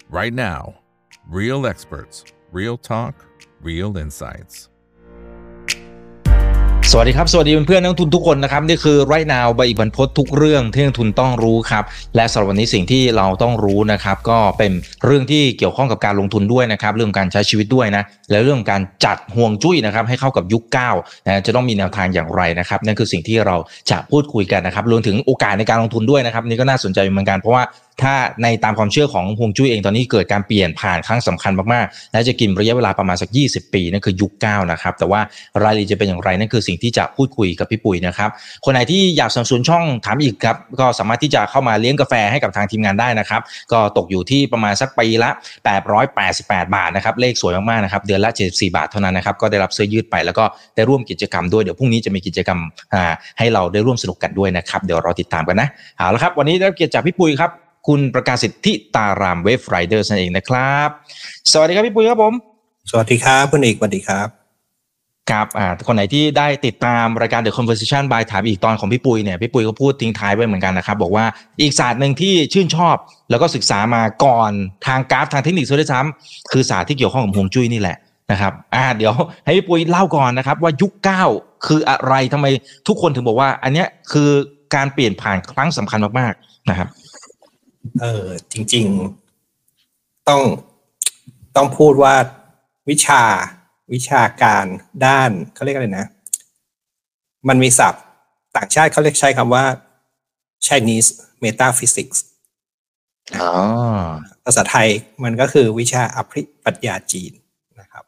right now. Real experts, real talk, real insights. สวัสดีครับสวัสดีเพื่อนๆนักลงทุนทุกคนนะครับนี่คือ Right Now ใบอิกบรรพตทุกเรื่องที่นักลงทุนต้องรู้ครับและสำหรับวันนี้สิ่งที่เราต้องรู้นะครับก็เป็นเรื่องที่เกี่ยวข้องกับการลงทุนด้วยนะครับเรื่องการใช้ชีวิตด้วยนะและเรื่องการจัดห่วงจุ้ยนะครับให้เข้ากับยุค9นะจะต้องมีแนวทางอย่างไรนะครับนั่นคือสิ่งที่เราจะพูดคุยกันนะครับรวมถึงโอกาสในการลงทุนด้วยนะครับนี่ก็น่าสนใจเหมือนกันเพราะว่าถ้าในตามความเชื่อของฮวงจุ้ยเองตอนนี้เกิดการเปลี่ยนผ่านครั้งสำคัญมากๆและจะกินระยะเวลาประมาณสัก20ปีนั่นคือยุค9นะครับแต่ว่ารายละเอียดจะเป็นอย่างไรนั่นคือสิ่งที่จะพูดคุยกับพี่ปุ๋ยนะครับคนไหนที่อยากสนับสนุนช่องถามอีกครับก็สามารถที่จะเข้ามาเลี้ยงกาแฟให้กับทางทีมงานได้นะครับก็ตกอยู่ที่ประมาณสักปีละ888 บาทนะครับเลขสวยมากๆนะครับเดือนละ74 บาทเท่านั้นนะครับก็ได้รับเสื้อยืดไปแล้วก็ได้ร่วมกิจกรรมด้วยเดี๋ยวพรุ่งนี้จะมีกิจกรรมให้เราได้ร่วมสนุกกันด้วยนะครับเดี๋ยวรอติดตามกันนะเอาละครับวันนี้ได้รับเกียรติจากพี่ปุ๋ยครับคุณประกาศสิทธิตารามเวฟไรเดอร์นั่นเองนะครับสวัสดีครับพี่ปุ๋ยครับผมสวัสดีครับคุณเอกสวัสดีครับครับคนไหนที่ได้ติดตามรายการ The Conversation by ถามอีกตอนของพี่ปุ๋ยเนี่ยพี่ปุ๋ยก็พูดทิ้งท้ายไว้เหมือนกันนะครับบอกว่าอีกศาสตร์หนึ่งที่ชื่นชอบแล้วก็ศึกษามาก่อนทางกราฟทางเทคนิคซะด้วยซ้ำคือศาสตร์ที่เกี่ยวข้องกับฮวงจุ้ยนี่แหละนะครับเดี๋ยวให้พี่ปุ๋ยเล่าก่อนนะครับว่ายุค9คืออะไรทำไมทุกคนถึงบอกว่าอันเนี้ยคือการเปลี่ยนผ่านครั้งสำคัญมากๆนะครับจริงๆต้องพูดว่าวิชาการด้านเขาเรียกอะไรนะมันมีศัพท์ต่างชาติเขาเรียกใช้คำว่า Chinese Metaphysics ภาษาไทยมันก็คือวิชาอภิปรัชญาจีนนะครับ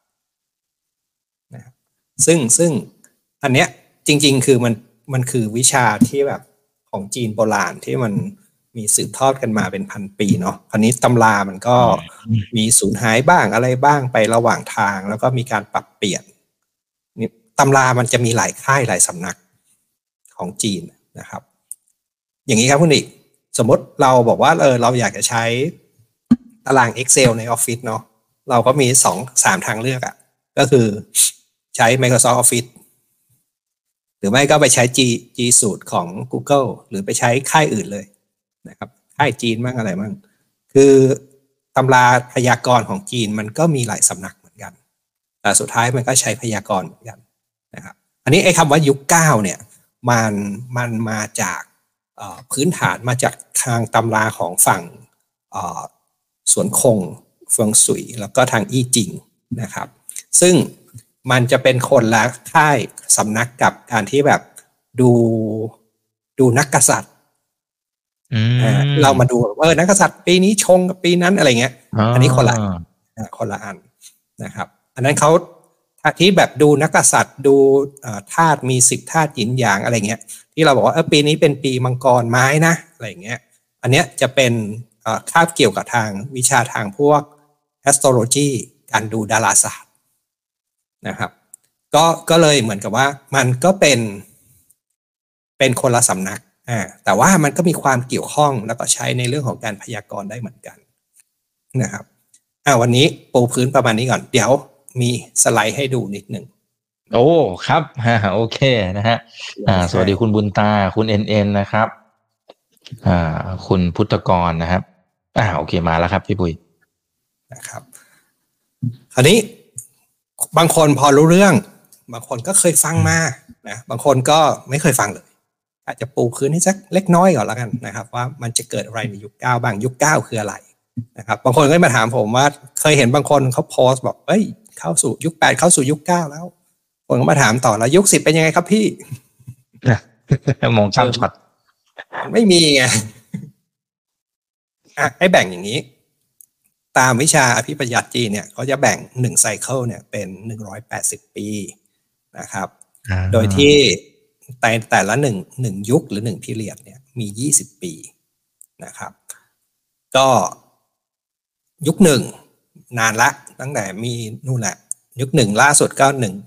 ซึ่งอันเนี้ยจริงๆคือมันคือวิชาที่แบบของจีนโบราณที่มันมีสืบทอดกันมาเป็นพันปีเนาะคราวนี้ตำรามันก็มีสูญหายบ้างอะไรบ้างไประหว่างทางแล้วก็มีการปรับเปลี่ยนนี่ตำรามันจะมีหลายค่ายหลายสำนักของจีนนะครับอย่างนี้ครับคุณอีกสมมติเราบอกว่าเราอยากจะใช้ตาราง Excel ในออฟฟิศเนาะเราก็มี2-3 ทางเลือกก็คือใช้ Microsoft Office หรือไม่ก็ไปใช้ G Suite ของ Google หรือไปใช้ค่ายอื่นเลยนะครับค่ายจีนบ้างอะไรบ้างคือตำราพยากรณ์ของจีนมันก็มีหลายสำนักเหมือนกันแต่สุดท้ายมันก็ใช้พยากรณ์เหมือนกันนะครับอันนี้ไอ้คำว่ายุค9เนี่ยมันมาจากพื้นฐานมาจากทางตำราของฝั่งสวนคงเฟิงซุยแล้วก็ทางอี้จิงนะครับซึ่งมันจะเป็นคนละค่ายสำนักกับการที่แบบดูนักกษัตริย์เรามาดูนักกษัตริย์ปีนี้ชงกับปีนั้นอะไรเงี้ยอันนี้คนละอันนะครับอันนั้นเขาที่แบบดูนักกษัตริย์ดูธาตุมี10 ธาตุหยินหยางอะไรเงี้ยที่เราบอกว่าปีนี้เป็นปีมังกรไม้นะอะไรเงี้ยอันเนี้ยจะเป็นคาบเกี่ยวกับทางวิชาทางพวก astrology การดูดาราศาสตร์นะครับก็เลยเหมือนกับว่ามันก็เป็นคนละสำนักแต่ว่ามันก็มีความเกี่ยวข้องแล้วก็ใช้ในเรื่องของการพยากรณ์ได้เหมือนกันนะครับวันนี้ปูพื้นประมาณนี้ก่อนเดี๋ยวมีสไลด์ให้ดูนิดหนึ่งโอ้ครับโอเคนะฮะสวัสดีคุณบุญตาคุณเอ็นนะครับคุณพุทธกรนะครับโอเคมาแล้วครับพี่ปุ้ยนะครับคราวนี้บางคนพอรู้เรื่องบางคนก็เคยฟังมานะบางคนก็ไม่เคยฟังเลยอาจจะปูพื้นให้สักเล็กน้อยก่อนแล้วกันนะครับว่ามันจะเกิดอะไรในยุค9บ้างยุค9คืออะไรนะครับบางคนก็มาถามผมว่าเคยเห็นบางคนเขาโพสต์บอกเข้าสู่ยุค8เข้าสู่ยุค9แล้วคนก็มาถามต่อแล้วยุค10เป็นยังไงครับพี่มองข้ามช็อตไม่มีไงให้แบ่งอย่างนี้ตามวิชาอภิปรัชญาจีนเนี่ยเขาจะแบ่ง1ไซเคิลเนี่ยเป็น180ปีนะครับโดยที่แต่ละหนึ่งยุคหรือ1 period เนี่ยมี20ปีนะครับก็ยุค1นานละตั้งแต่มีนู่นแหละยุค1ล่าสุดก็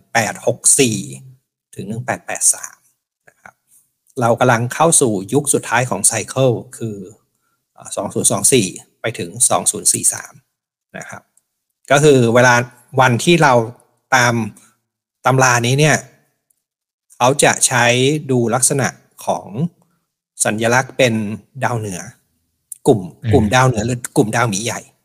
1864ถึง1883นะครับเรากำลังเข้าสู่ยุคสุดท้ายของไซเคิลคือ2024ไปถึง2043นะครับก็คือเวลาวันที่เราตามตำรานี้เนี่ยเขาจะใช้ดูลักษณะของสัญลักษณ์เป็นดาวเหนือกลุ่มดาวเหนือหรือกลุ่มดาวหมีใหญ่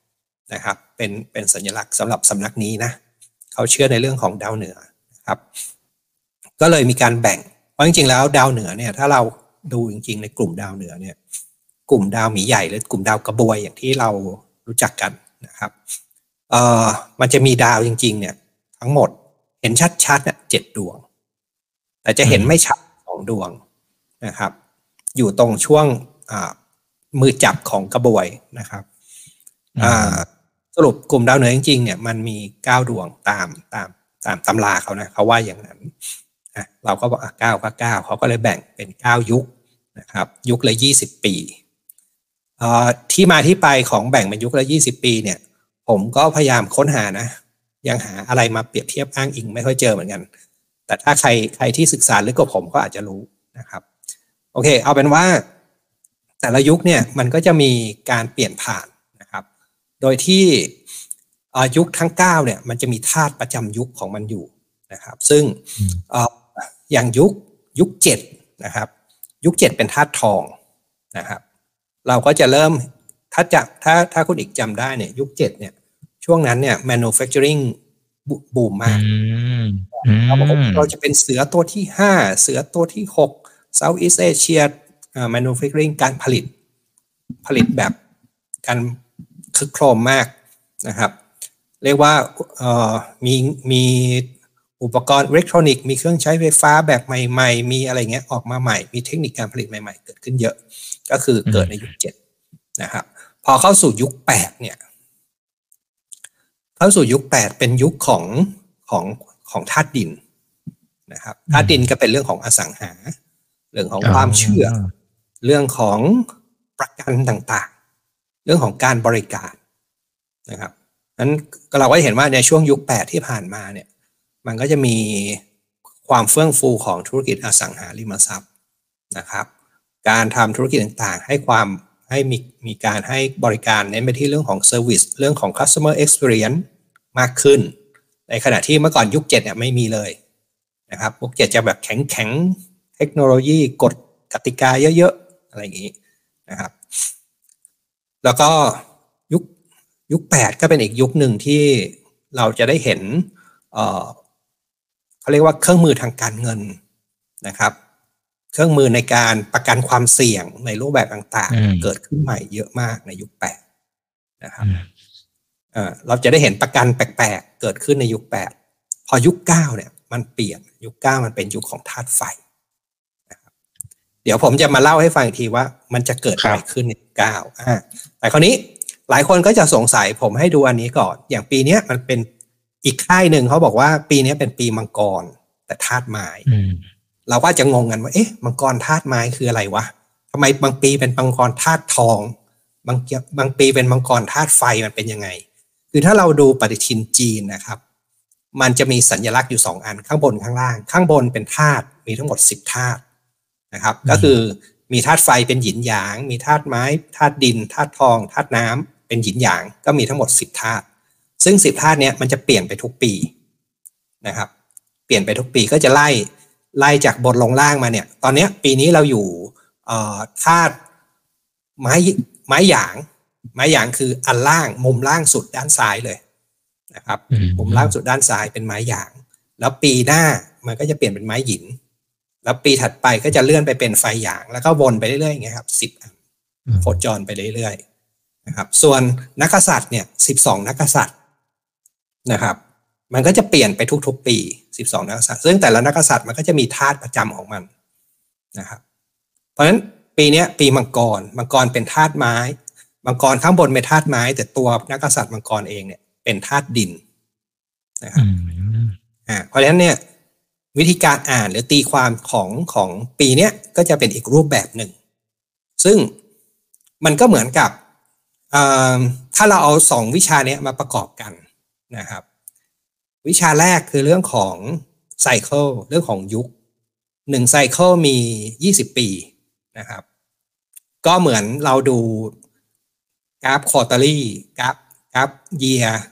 นะครับเป็นสัญลักษณ์สำหรับสำนักนี้นะเขาเชื่อในเรื่องของดาวเหนือนะครับก็เลยมีการแบ่งเพราะจริงๆแล้วดาวเหนือเนี่ยถ้าเราดูจริงๆในกลุ่มดาวเหนือเนี่ยกลุ่มดาวหมีใหญ่หรือกลุ่มดาวกระบวยอย่างที่เรารู้จักกันนะครับมันจะมีดาวจริงๆเนี่ยทั้งหมดเห็นชัดๆเนี่ย7 ดวงแต่จะเห็นไม่ชัด2 ดวงนะครับอยู่ตรงช่วงมือจับของกระบวยนะครับสรุปกลุ่มดาวเหนือจริงๆเนี่ยมันมี9 ดวงตามตำราเขานะเขาว่าอย่างนั้นเราก็บอก9ก็9เขาก็เลยแบ่งเป็น9 ยุคนะครับยุคละ20 ปีที่มาที่ไปของแบ่งเป็นยุคละ20 ปีเนี่ยผมก็พยายามค้นหานะยังหาอะไรมาเปรียบเทียบอ้างอิงไม่ค่อยเจอเหมือนกันแต่ถ้าใครที่ศึกษาลึกกว่าผมก็อาจจะรู้นะครับโอเคเอาเป็นว่าแต่ละยุคเนี่ยมันก็จะมีการเปลี่ยนผ่านนะครับโดยที่ยุคทั้ง9เนี่ยมันจะมีธาตุประจำยุคของมันอยู่นะครับซึ่งอย่างยุค7นะครับยุค7เป็นธาตุทองนะครับเราก็จะเริ่มถ้าคุณอีกจำได้เนี่ยยุค7เนี่ยช่วงนั้นเนี่ย manufacturing บูมมากเราจะเป็นเสือตัวที่5เสือตัวที่6 Southeast Asia manufacturing การผลิตแบบการคึกโครมมากนะครับเรียกว่ามีอุปกรณ์อิเล็กทรอนิกส์มีเครื่องใช้ไฟฟ้าแบบใหม่ๆมีอะไรเงี้ยออกมาใหม่มีเทคนิคการผลิตใหม่ๆเกิดขึ้นเยอะก็คือเกิดในยุค7นะครับพอเข้าสู่ยุค8เนี่ยเข้าสู่ยุค8เป็นยุคของธาตุดินนะครับธาตุดินก็เป็นเรื่องของอสังหาเรื่องของความเชื่อเรื่องของประกันต่างๆเรื่องของการบริการนะครับนั้นเราก็เห็นว่าในช่วงยุค8ที่ผ่านมาเนี่ยมันก็จะมีความเฟื่องฟูของธุรกิจอสังหาริมทรัพย์นะครับการทำธุรกิจต่างๆให้มีการให้บริการเน้นไปที่เรื่องของ service เรื่องของ customer experience มากขึ้นในขณะที่เมื่อก่อนยุค7เนี่ยไม่มีเลยนะครับยุค7จะแบบแข็งเทคโนโลยีกฎกติกาเยอะๆอะไรอย่างนี้นะครับแล้วก็ยุค8ก็เป็นอีกยุคหนึ่งที่เราจะได้เห็นเขาเรียกว่าเครื่องมือทางการเงินนะครับเครื่องมือในการประกันความเสี่ยงในรูปแบบต่างๆเกิดขึ้นใหม่เยอะมากในยุค8นะครับเราจะได้เห็นประกันแปลกๆเกิดขึ้นในยุค8พอยุค9เนี่ยมันเปลี่ยนยุค9มันเป็นยุคของธาตุไฟนะครับเดี๋ยวผมจะมาเล่าให้ฟังอีกทีว่ามันจะเกิดอะไรขึ้นใน9แต่คราวนี้หลายคนก็จะสงสัยผมให้ดูอันนี้ก่อนอย่างปีนี้มันเป็นอีกค่ายหนึ่งเขาบอกว่าปีนี้เป็นปีมังกรแต่ธาตุไม้เราก็จะงงกันว่ามังกรธาตุไม้คืออะไรวะทำไมบางปีเป็นมังกรธาตุทองบางปีเป็นมังกรธาตุไฟมันเป็นยังไงคือถ้าเราดูปฏิทินจีนนะครับมันจะมีสัญลักษณ์อยู่2 อันข้างบนข้างล่างข้างบนเป็นธาตุมีทั้งหมด10 ธาตุนะครับก็คือมีธาตุไฟเป็นหยินหยางมีธาตุไม้ธาตุดินธาตุทองธาตุน้ำเป็นหยินหยางก็มีทั้งหมด10 ธาตุซึ่ง10 ธาตุเนี้ยมันจะเปลี่ยนไปทุกปีนะครับเปลี่ยนไปทุกปีก็จะไล่จากบนลงล่างมาเนี่ยตอนนี้ปีนี้เราอยู่ธาตุไม้หยางคืออันล่างมุมล่างสุดด้านซ้ายเลยนะครับมุมล่างสุดด้านซ้ายเป็นไม้หยางแล้วปีหน้ามันก็จะเปลี่ยนเป็นไม้หยินแล้วปีถัดไปก็จะเลื่อนไปเป็นไฟหยางแล้วก็วนไปเรื่อยๆอย่างเงี้ยครับ10 อันโคจรไปเรื่อยๆนะครับส่วนนักกษัตริย์เนี่ย12 นักกษัตริย์นะครับมันก็จะเปลี่ยนไปทุกๆปี12 นักกษัตริย์ซึ่งแต่ละนักกษัตริย์มันก็จะมีธาตุประจำของมันนะครับเพราะฉะนั้นปีนี้ปีมังกรเป็นธาตุไม้มังกรข้างบนเป็นธาตุไม้แต่ตัวนักกษัตริย์มังกรเองเนี่ยเป็นธาตุดินนะครับเพราะฉะนั้นเนี่ยวิธีการอ่านหรือตีความของปีนี้ก็จะเป็นอีกรูปแบบหนึ่งซึ่งมันก็เหมือนกับถ้าเราเอา2 วิชานี้มาประกอบกันนะครับวิชาแรกคือเรื่องของไซเคิลเรื่องของยุค1 ไซเคิลมี20 ปีนะครับก็เหมือนเราดูกราฟควอเตอรี่กราฟเยียร์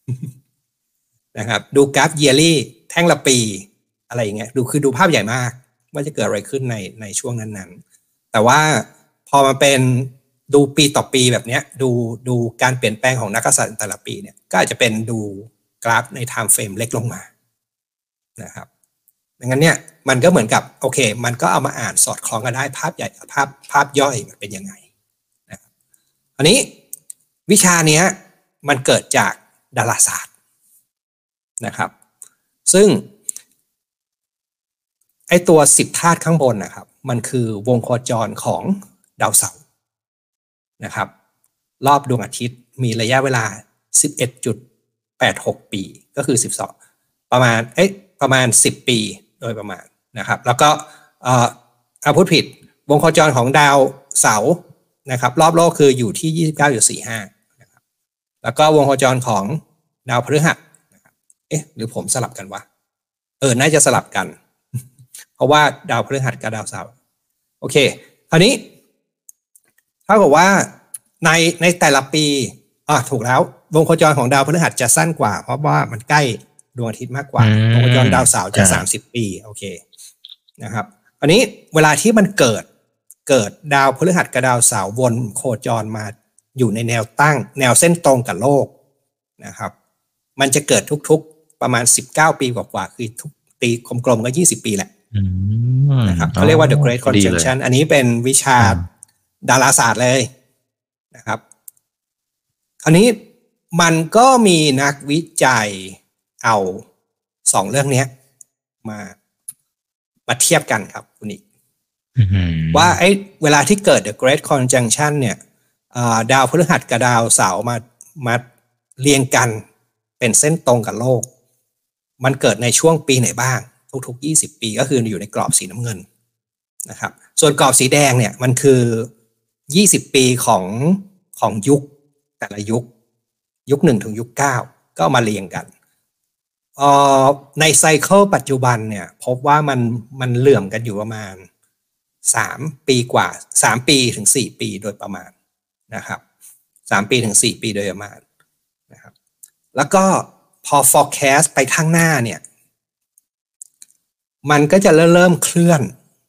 นะครับดูกราฟเยียรี่แท่งละปีอะไรอย่างเงี้ยดูภาพใหญ่มากว่าจะเกิดอะไรขึ้นในช่วงนั้นๆแต่ว่าพอมาเป็นดูปีต่อปีแบบเนี้ยดูการเปลี่ยนแปลงของนักกษัตริย์แต่ละปีเนี่ยก็อาจจะเป็นดูกราฟใน time frame เล็กลงมานะครับดังนั้นเนี่ยมันก็เหมือนกับโอเคมันก็เอามาอ่านสอดคล้องกันได้ภาพใหญ่ภาพย่อยมันเป็นยังไงนะครับอันนี้วิชาเนี้ยมันเกิดจากดาราศาสตร์นะครับซึ่งไอตัว10ธาตุข้างบนนะครับมันคือวงโคจรของดาวเสาร์นะครับรอบดวงอาทิตย์มีระยะเวลา 11.86 ปีก็คือ12ประมาณ10ปีโดยประมาณนะครับแล้วก็พูดผิดวงโคจรของดาวเสาร์นะครับรอบโลกคืออยู่ที่ 29.45 นะครับแล้วก็วงโคจรของดาวพฤหัสนะครับหรือผมสลับกันวะน่าจะสลับกันเพราะว่าดาวพฤหัสกับดาวเสาร์โอเคคราวนี้เท่ากับว่าในแต่ละปีถูกแล้ววงโคจรของดาวพฤหัสจะสั้นกว่าเพราะว่ามันใกล้ดวงอาทิตย์มากกว่าวงโคจรดาวเสาร์จะ30ปีโอเคนะครับคราวนี้เวลาที่มันเกิดดาวพฤหัสกับดาวเสาร์วนโคจรมาอยู่ในแนวตั้งแนวเส้นตรงกับโลกนะครับมันจะเกิดทุกๆประมาณ19ปีกว่าๆคือทุกตีกลมๆก็20ปีแหละนะครับเขาเรียกว่า The Great Conjunction อันนี้เป็นวิชาดาราศาสตร์เลยนะครับคราวนี้มันก็มีนักวิจัยเอา2เรื่องนี้มาเทียบกันครับคุณอีกว่าเวลาที่เกิด The Great Conjunction เนี่ยดาวพฤหัสกับดาวเสาร์มาเรียงกันเป็นเส้นตรงกับโลกมันเกิดในช่วงปีไหนบ้างทุกๆ20ปีก็คืออยู่ในกรอบสีน้ำเงินนะครับส่วนกรอบสีแดงเนี่ยมันคือ20ปีของยุคแต่ละยุค1ถึงยุค9ก็มาเรียงกันในไซเคิลปัจจุบันเนี่ยพบว่ามันเหลื่อมกันอยู่ประมาณ3ปีกว่า3ปีถึง4ปีโดยประมาณนะครับ3ปีถึง4ปีโดยประมาณนะครับแล้วก็พอ forecast ไปข้างหน้าเนี่ยมันก็จะเริ่มเคลื่อน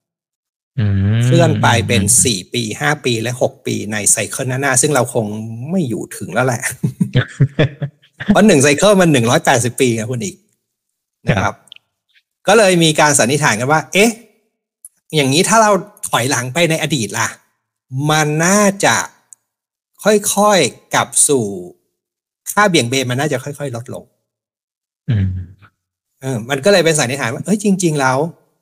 ไปเป็น4ปี5ปีและ6ปีในไซเคิลหน้าซึ่งเราคงไม่อยู่ถึงแล้วแหละ เพราะ1ไซเคิลมัน180ปีครับคุณอีกนะครับก็เลยมีการสันนิษฐานกันว่าอย่างนี้ถ้าเราถอยหลังไปในอดีตล่ะมันน่าจะค่อยๆกลับสู่ค่าเบี่ยงเบนมันน่าจะค่อยๆลดลงมันก็เลยเป็นสันนิษฐานว่าจริงๆแล้ว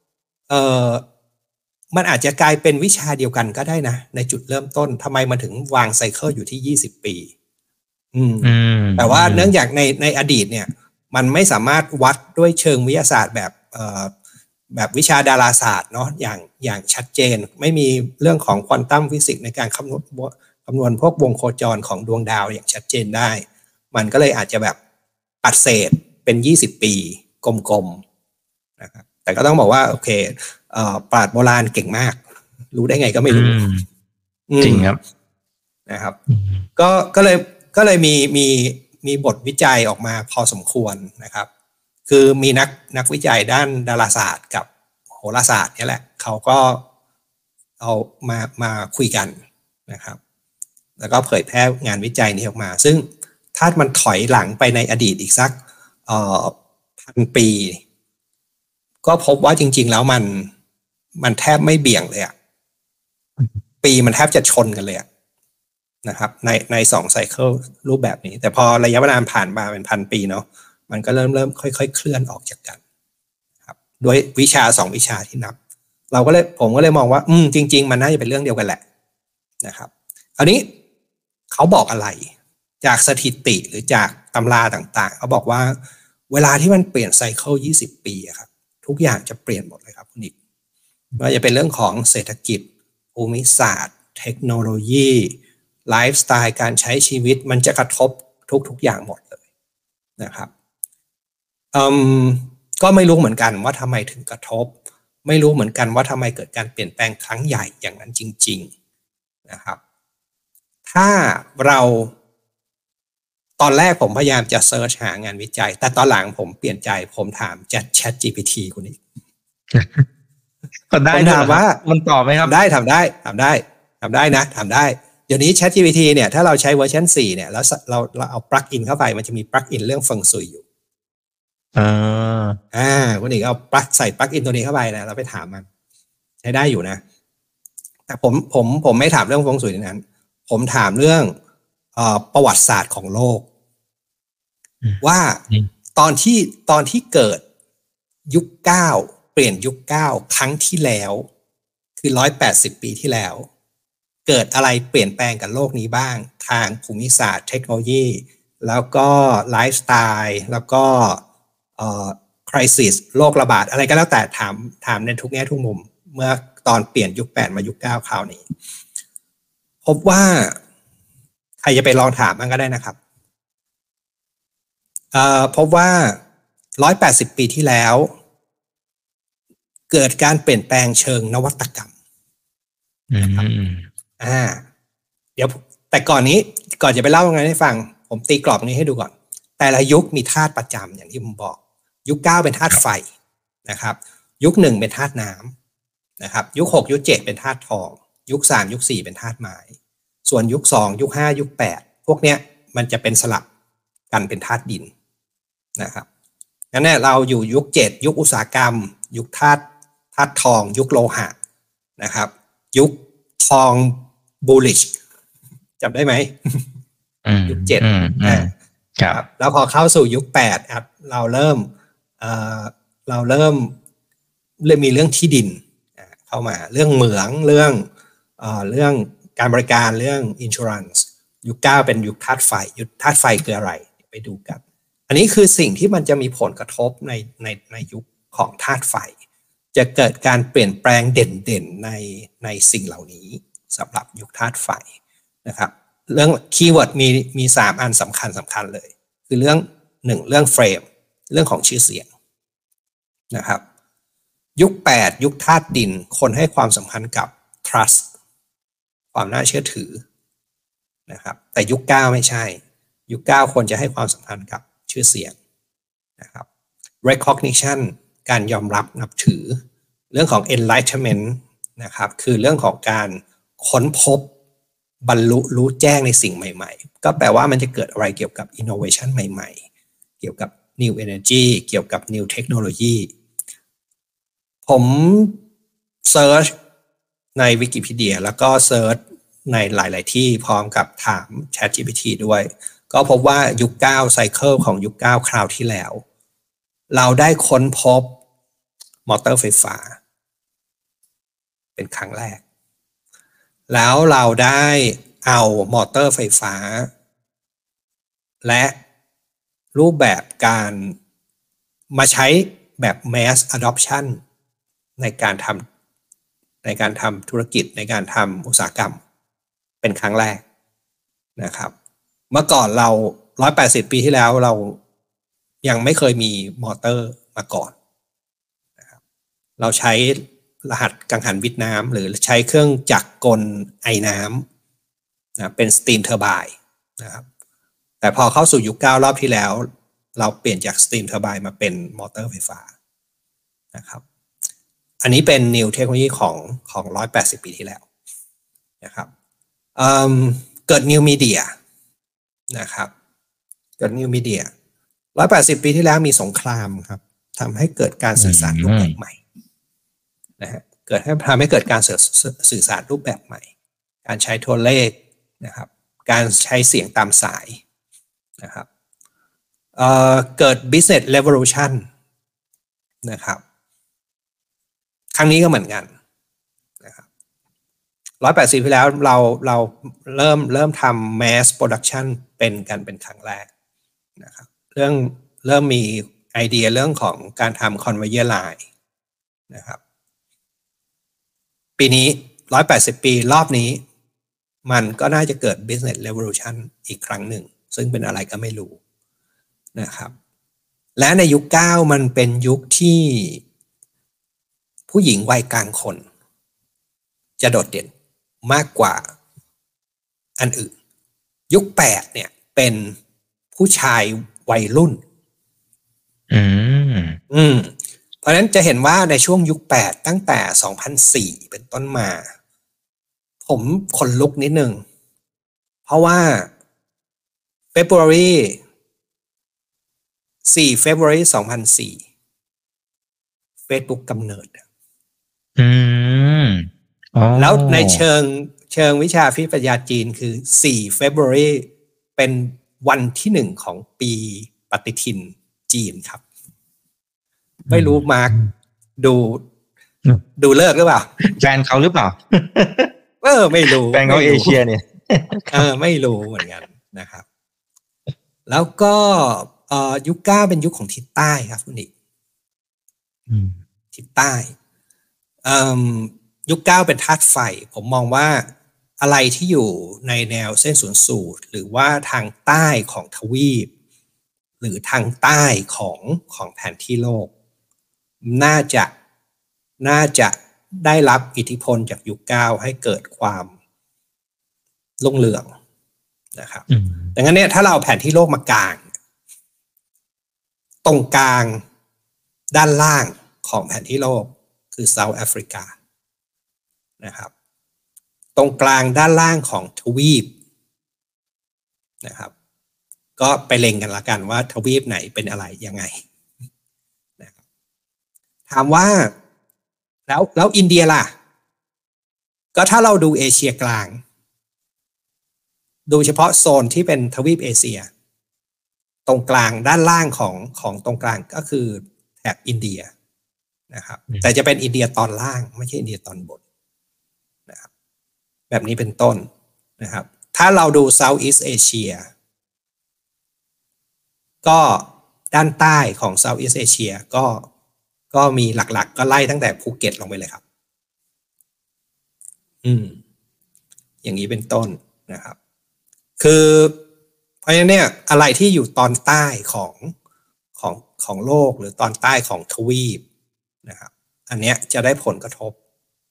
มันอาจจะกลายเป็นวิชาเดียวกันก็ได้นะในจุดเริ่มต้นทำไมมันถึงวางไซเคิลอยู่ที่20ปีแต่ว่าเนื่องจากในอดีตเนี่ยมันไม่สามารถวัดด้วยเชิงวิทยาศาสตร์แบบวิชาดาราศาสตร์เนาะอย่างชัดเจนไม่มีเรื่องของควอนตัมฟิสิกส์ในการคำนวณพวกวงโคจรของดวงดาวอย่างชัดเจนได้มันก็เลยอาจจะแบบปัดเศษเป็น20ปีกลมๆนะครับแต่ก็ต้องบอกว่าโอเคปราชญ์โบราณเก่งมากรู้ได้ไงก็ไม่รู้จริงครับนะครับก็เลยมีบทวิจัยออกมาพอสมควรนะครับคือมีนักวิจัยด้านดาราศาสตร์กับโหราศาสตร์นี่แหละเขาก็เอามาคุยกันนะครับแล้วก็เผยแพร่งานวิจัยนี้ออกมาซึ่งถ้ามันถอยหลังไปในอดีตอีกสัก1,000 ปีก็พบว่าจริงๆแล้วมันแทบไม่เบี่ยงเลยปีมันแทบจะชนกันเลยนะครับใน2ไซเคิลรูปแบบนี้แต่พอระยะเวลาผ่านมาเป็น1,000 ปีเนาะมันก็เริ่มค่อยๆเคลื่อนออกจากกันครับด้วยวิชา2วิชาที่นับผมก็เลยมองว่าจริงๆมันน่าจะเป็นเรื่องเดียวกันแหละนะครับคราวนี้เขาบอกอะไรจากสถิติหรือจากตำราต่างๆเขาบอกว่าเวลาที่มันเปลี่ยนไซเคิล20ปีครับทุกอย่างจะเปลี่ยนหมดเลยครับคุณอีกว่าจะเป็นเรื่องของเศรษฐกิจภูมิศาสตร์เทคโนโลยีไลฟ์สไตล์การใช้ชีวิตมันจะกระทบทุกอย่างหมดเลยนะครับก็ไม่รู้เหมือนกันว่าทำไมถึงกระทบไม่รู้เหมือนกันว่าทำไมเกิดการเปลี่ยนแปลงครั้งใหญ่อย่างนั้นจริงๆนะครับถ้าเราตอนแรกผมพยายามจะเซิร์ชหางานวิจัยแต่ตอนหลังผมเปลี่ยนใจผมถามChatGPT คุณอีกก็ได้ถามว่ามันตอบไหมครับทำได้นะทำได้เดี๋ยวนี้ ChatGPT เนี่ยถ้าเราใช้เวอร์ชัน4เนี่ยแล้วเราเอาปลั๊กอินเข้าไปมันจะมีปลั๊กอินเรื่องเฟิงซุยอยู่คุณอีกเอาปลั๊กใส่ปลั๊กอินตัวนี้เข้าไปนะเราไปถามมันใช้ได้อยู่นะแต่ผมไม่ถามเรื่องเฟิงซุยนั้นผมถามเรื่องประวัติศาสตร์ของโลกว่าตอนที่เกิดยุค9เปลี่ยนยุค9ครั้งที่แล้วคือ180ปีที่แล้วเกิดอะไรเปลี่ยนแปลงกับโลกนี้บ้างทางภูมิศาสตร์เทคโนโลยีแล้วก็ไลฟ์สไตล์แล้วก็คริสิสโรคระบาดอะไรก็แล้วแต่ถามในทุกแง่ทุกมุมเมื่อตอนเปลี่ยนยุค8มายุค9คราวนี้พบว่าใครจะไปลองถามมันก็ได้นะครับพบว่า180ปีที่แล้วเกิดการเปลี่ยนแปลงเชิงนวัตกรรมนะครับเดี๋ยวแต่ก่อนจะไปเล่าไงให้ฟังผมตีกรอบนี้ให้ดูก่อนแต่ละยุคมีธาตุประจำอย่างที่ผมบอกยุค9เป็นธาตุไฟนะครับยุค1เป็นธาตุน้ำนะครับยุค6ยุค7เป็นธาตุทองยุค3ยุค4เป็นธาตุไม้ส่วนยุค2ยุค5ยุค8พวกเนี้ยมันจะเป็นสลับกันเป็นธาตุดินนะครับงั้นเนี่ยเราอยู่ยุค7ยุคอุตสาหกรรมยุคธาตุทองยุคโลหะนะครับยุคทองบูลลิชจำได้ไหมยุค7ครับแล้วพอเข้าสู่ยุค8ครับเราเริ่มมีเรื่องที่ดินเข้ามาเรื่องเหมืองเรื่องการบริการเรื่อง insurance ยุค9เป็นยุคธาตุไฟยุคธาตุไฟคืออะไรไปดูกันอันนี้คือสิ่งที่มันจะมีผลกระทบในยุคของธาตุไฟจะเกิดการเปลี่ยนแปลงเด่นๆในสิ่งเหล่านี้สำหรับยุคธาตุไฟนะครับเรื่องคีย์เวิร์ดมี3อันสำคัญเลยคือเรื่อง1เรื่องเฟรมเรื่องของชื่อเสียงนะครับยุค8ยุคธาตุดินคนให้ความสำคัญกับ trust ความน่าเชื่อถือนะครับแต่ยุค9ไม่ใช่ยุค9คนจะให้ความสำคัญกับชื่อเสียงนะครับ recognition การยอมรับนับถือเรื่องของ enlightenment นะครับคือเรื่องของการค้นพบบรรลุรู้แจ้งในสิ่งใหม่ๆก็แปลว่ามันจะเกิดอะไรเกี่ยวกับ innovation ใหม่ๆเกี่ยวกับ new energy เกี่ยวกับ new technology ผมเซิร์ชใน Wikipedia แล้วก็เซิร์ชในหลายๆที่พร้อมกับถาม ChatGPT ด้วยก็พบว่ายุค9ไซเคิลของยุค9คราวที่แล้วเราได้ค้นพบมอเตอร์ไฟฟ้าเป็นครั้งแรกแล้วเราได้เอามอเตอร์ไฟฟ้าและรูปแบบการมาใช้แบบ mass adoption ในการทำธุรกิจในการทำอุตสาหกรรมเป็นครั้งแรกนะครับเมื่อก่อนเรา180ปีที่แล้วเรายังไม่เคยมีมอเตอร์มาก่อนนะครับเราใช้รหัสกังหันวิทย์น้ำหรือใช้เครื่องจักรกลไอน้ำนะเป็นสตีมเทอร์ไบน์นะครับแต่พอเข้าสู่ยุค9รอบที่แล้วเราเปลี่ยนจากสตีมเทอร์ไบน์มาเป็นมอเตอร์ไฟฟ้านะครับอันนี้เป็น new เทคโนโลยีของ180ปีที่แล้วนะครับเกิด new media นะครับเกิด new media 180ปีที่แล้วมีสงครามครับทำให้เกิดการสื่อสารรูปแบบใหม่นะฮะทำให้เกิดการสื่อสารรูปแบบใหม่การใช้ตัวเลขนะครับการใช้เสียงตามสายนะครับเกิด business revolution นะครับครั้งนี้ก็เหมือนกันนะครับ180ปีแล้วเราเริ่มทำ mass production เป็นครั้งแรกนะครับเริ่มมีไอเดียเรื่องของการทำ conveyor line นะครับปีนี้180ปีรอบนี้มันก็น่าจะเกิด business revolution อีกครั้งหนึ่งซึ่งเป็นอะไรก็ไม่รู้นะครับและในยุค9มันเป็นยุคที่ผู้หญิงวัยกลางคนจะโดดเด่นมากกว่าอันอื่นยุค8เนี่ยเป็นผู้ชายวัยรุ่นเพราะฉะนั้นจะเห็นว่าในช่วงยุค8ตั้งแต่2004เป็นต้นมาผมขนลุกนิดนึงเพราะว่า February 4 February 2004 Facebook กำเนิดแล้วในเชิงวิชาฟิสิกส์ปรัชญาจีนคือ4 February เป็นวันที่1ของปีปฏิทินจีนครับไม่รู้มาร์คดูเลิกหรือเปล่าแฟนเขาหรือเปล่าไม่รู้แฟนเขาเอเชียเนี่ยไม่รู้เหมือนกันนะครับแล้วก็ยุค9เป็นยุคของทิศใต้ครับคุณอีกทิศใต้ยุค9เป็นธาตุไฟผมมองว่าอะไรที่อยู่ในแนวเส้นศูนย์สูตรหรือว่าทางใต้ของทวีปหรือทางใต้ของแผนที่โลกน่าจะได้รับอิทธิพลจากยุค9ให้เกิดความรุ่งเรืองนะครับดังนั้นเนี่ยถ้าเราเอาแผนที่โลกมากางตรงกลางด้านล่างของแผนที่โลกคือเซาท์แอฟริกานะครับตรงกลางด้านล่างของทวีปนะครับก็ไปเล็งกันละกันว่าทวีปไหนเป็นอะไรยังไงนะครับถามว่าแล้วอินเดียล่ะก็ถ้าเราดูเอเชียกลางดูเฉพาะโซนที่เป็นทวีปเอเชียตรงกลางด้านล่างของตรงกลางก็คือแถบอินเดียนะครับแต่จะเป็นอินเดียตอนล่างไม่ใช่อินเดียตอนบนนะครับแบบนี้เป็นต้นนะครับถ้าเราดู Southeast Asia ก็ด้านใต้ของ Southeast Asia ก็มีหลักๆก็ไล่ตั้งแต่ภูเก็ตลงไปเลยครับอย่างนี้เป็นต้นนะครับคือเพราะฉะนั้นเนี่ยอะไรที่อยู่ตอนใต้ของโลกหรือตอนใต้ของทวีปนะครับอันเนี้ยจะได้ผลกระทบ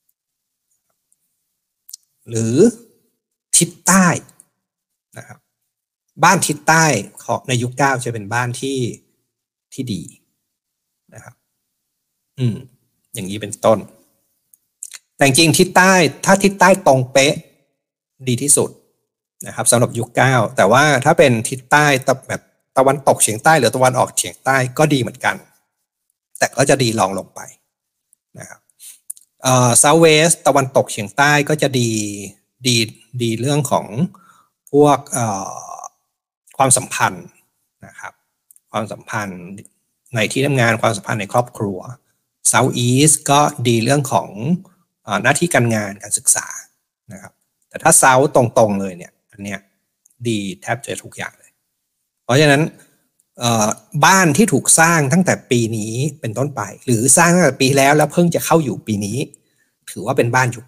หรือทิศใต้นะครับบ้านทิศใต้ของในยุค9จะเป็นบ้านที่ดีนะครับอย่างนี้เป็นต้นแต่จริงทิศใต้ถ้าทิศใต้ตรงเป๊ะดีที่สุดนะครับสำหรับยุค9แต่ว่าถ้าเป็นทิศใต้แบบตะวันตกเฉียงใต้หรือตะวันออกเฉียงใต้ก็ดีเหมือนกันแต่ก็จะดีรองลงไปนะครับSouth West ตะวันตกเฉียงใต้ก็จะดีเรื่องของพวกความสัมพันธ์นะครับความสัมพันธ์ในที่ทำงานความสัมพันธ์ในครอบครัว South East ก็ดีเรื่องของหน้าที่การงานการศึกษานะครับแต่ถ้า South ตรงๆเลยเนี่ยอันเนี้ยดีแทบจะทุกอย่างเลยเพราะฉะนั้นบ้านที่ถูกสร้างตั้งแต่ปีนี้เป็นต้นไปหรือสร้างตั้งแต่ปีแล้วเพิ่งจะเข้าอยู่ปีนี้ถือว่าเป็นบ้านยุค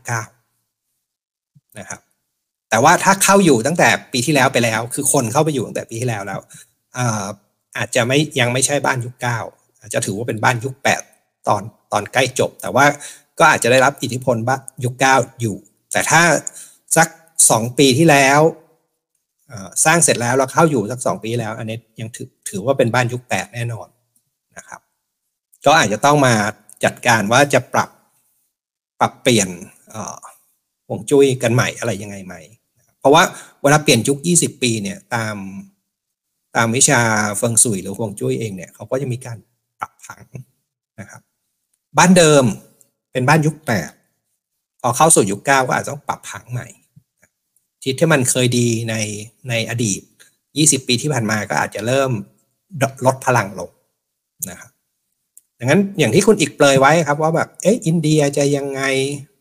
9นะครับแต่ว่าถ้าเข้าอยู่ตั้งแต่ปีที่แล้วไปแล้วคือคนเข้าไปอยู่ตั้งแต่ปีที่แล้วอาจจะยังไม่ใช่บ้านยุค9อาจจะถือว่าเป็นบ้านยุค8ตอนใกล้จบแต่ว่าก็อาจจะได้รับอิทธิพลบ้านยุค9อยู่แต่ถ้าสัก2ปีที่แล้วสร้างเสร็จแล้วเราเข้าอยู่สัก2ปีแล้วอันนี้ยังถือว่าเป็นบ้านยุค8แน่นอนนะครับก็อาจจะต้องมาจัดการว่าจะปรับเปลี่ยนฮวงจุ้ยกันใหม่อะไรยังไงไหมเพราะว่าเวลาเปลี่ยนยุค20ปีเนี่ยตามวิชาเฟิงซุยหรือฮวงจุ้ยเองเนี่ยเขาก็จะมีการปรับผังนะครับบ้านเดิมเป็นบ้านยุค8พอเข้าสู่ยุค9ก็อาจจะต้องปรับผังใหม่ทิศที่มันเคยดีในอดีต20ปีที่ผ่านมาก็อาจจะเริ่มลดพลังลงนะครับดังนั้นอย่างที่คุณอีกเปรยไว้ครับว่าแบบอินเดียจะยังไง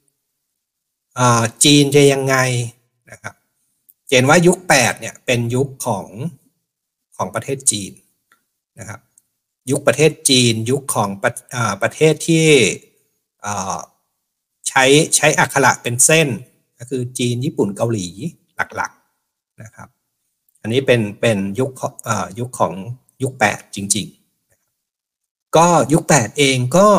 จีนจะยังไงนะครับเห็นว่ายุค8เนี่ยเป็นยุคของประเทศจีนนะครับยุคประเทศจีนยุคของประเทศที่ใช้อักขระเป็นเส้นก็คือจีนญี่ปุ่นเกาหลีหลักๆนะครับอันนี้เป็นยุคของยุค8จริงๆก็ยุค8เองก็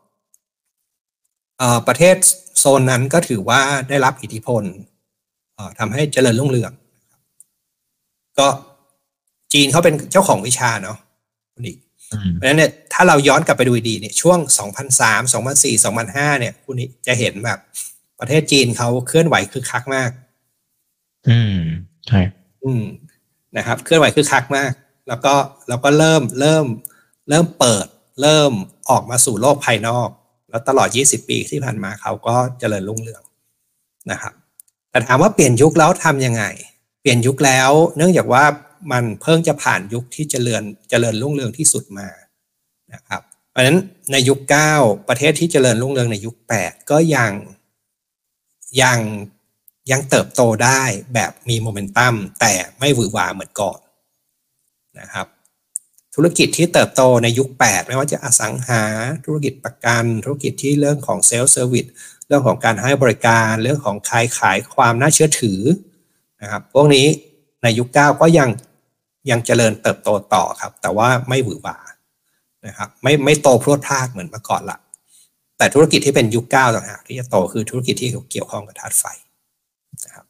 ประเทศโซนนั้นก็ถือว่าได้รับอิทธิพลทำให้เจริญรุ่งเรืองก็จีนเขาเป็นเจ้าของวิชาเนาะคุณอีกเพราะฉะนั้นเนี่ยถ้าเราย้อนกลับไปดูดีเนี่ยช่วง2003 2004 2005เนี่ยคุณอีกจะเห็นแบบประเทศจีนเขาเคลื่อนไหวคึกคักมากใช่นะครับเคลื่อนไหวคึกคักมากแล้วก็เริ่มเปิดเริ่มออกมาสู่โลกภายนอกแล้วตลอด20ปีที่ผ่านมาเขาก็เจริญรุ่งเรืองนะครับแต่ถามว่าเปลี่ยนยุคแล้วทำยังไงเปลี่ยนยุคแล้วเนื่องจากว่ามันเพิ่งจะผ่านยุคที่เจริญรุ่งเรืองที่สุดมานะครับเพราะฉะนั้นในยุค9ประเทศที่เจริญรุ่งเรืองในยุค8ก็ยังเติบโตได้แบบมีโมเมนตัมแต่ไม่หวือหวาเหมือนก่อนนะครับธุรกิจที่เติบโตในยุค8ไม่ว่าจะอสังหาธุรกิจประกันธุรกิจที่เรื่องของเซลล์เซอร์วิสเรื่องของการให้บริการเรื่องของขายความน่าเชื่อถือนะครับพวกนี้ในยุค9ก็ยังเจริญเติบโตต่อครับแต่ว่าไม่หวือหวานะครับไม่โตพรวดพลาดเหมือนเมื่อก่อนละแต่ธุรกิจที่เป็นยุค9ต่างหากที่จะโตคือธุรกิจที่เกี่ยวข้องกับธาตุไฟนะครับ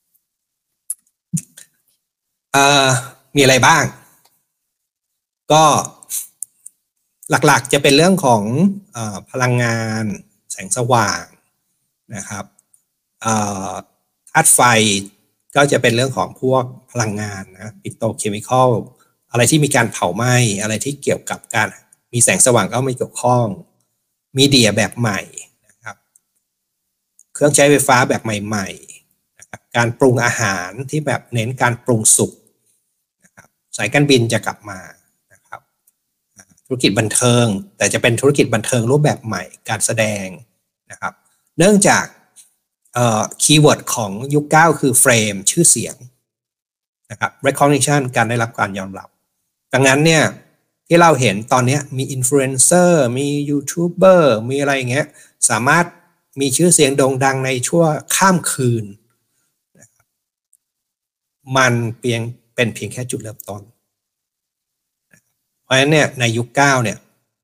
มีอะไรบ้างก็หลักๆจะเป็นเรื่องของพลังงานแสงสว่างนะครับธาตุไฟก็จะเป็นเรื่องของพวกพลังงานนะปิโตรเคมีคอลอะไรที่มีการเผาไหม้อะไรที่เกี่ยวกับการมีแสงสว่างก็ไม่เกี่ยวข้องมีเดียแบบใหม่นะครับเครื่องใช้ไฟฟ้าแบบใหม่ๆนะครับการปรุงอาหารที่แบบเน้นการปรุงสุกนะครับสายการบินจะกลับมานะครับธุรกิจบันเทิงแต่จะเป็นธุรกิจบันเทิงรูปแบบใหม่การแสดงนะครับเนื่องจากคีย์เวิร์ดของยุค9คือเฟรมชื่อเสียงนะครับ recognition การได้รับการยอมรับดังนั้นเนี่ยที่เราเห็นตอนนี้มีอินฟลูเอนเซอร์มียูทูบเบอร์มีอะไรอย่างเงี้ยสามารถมีชื่อเสียงโด่งดังในชั่วข้ามคืนมันเป็นเพียงแค่จุดเริ่มต้นเพราะฉะนั้นเนี่ยในยุค9เนี่ย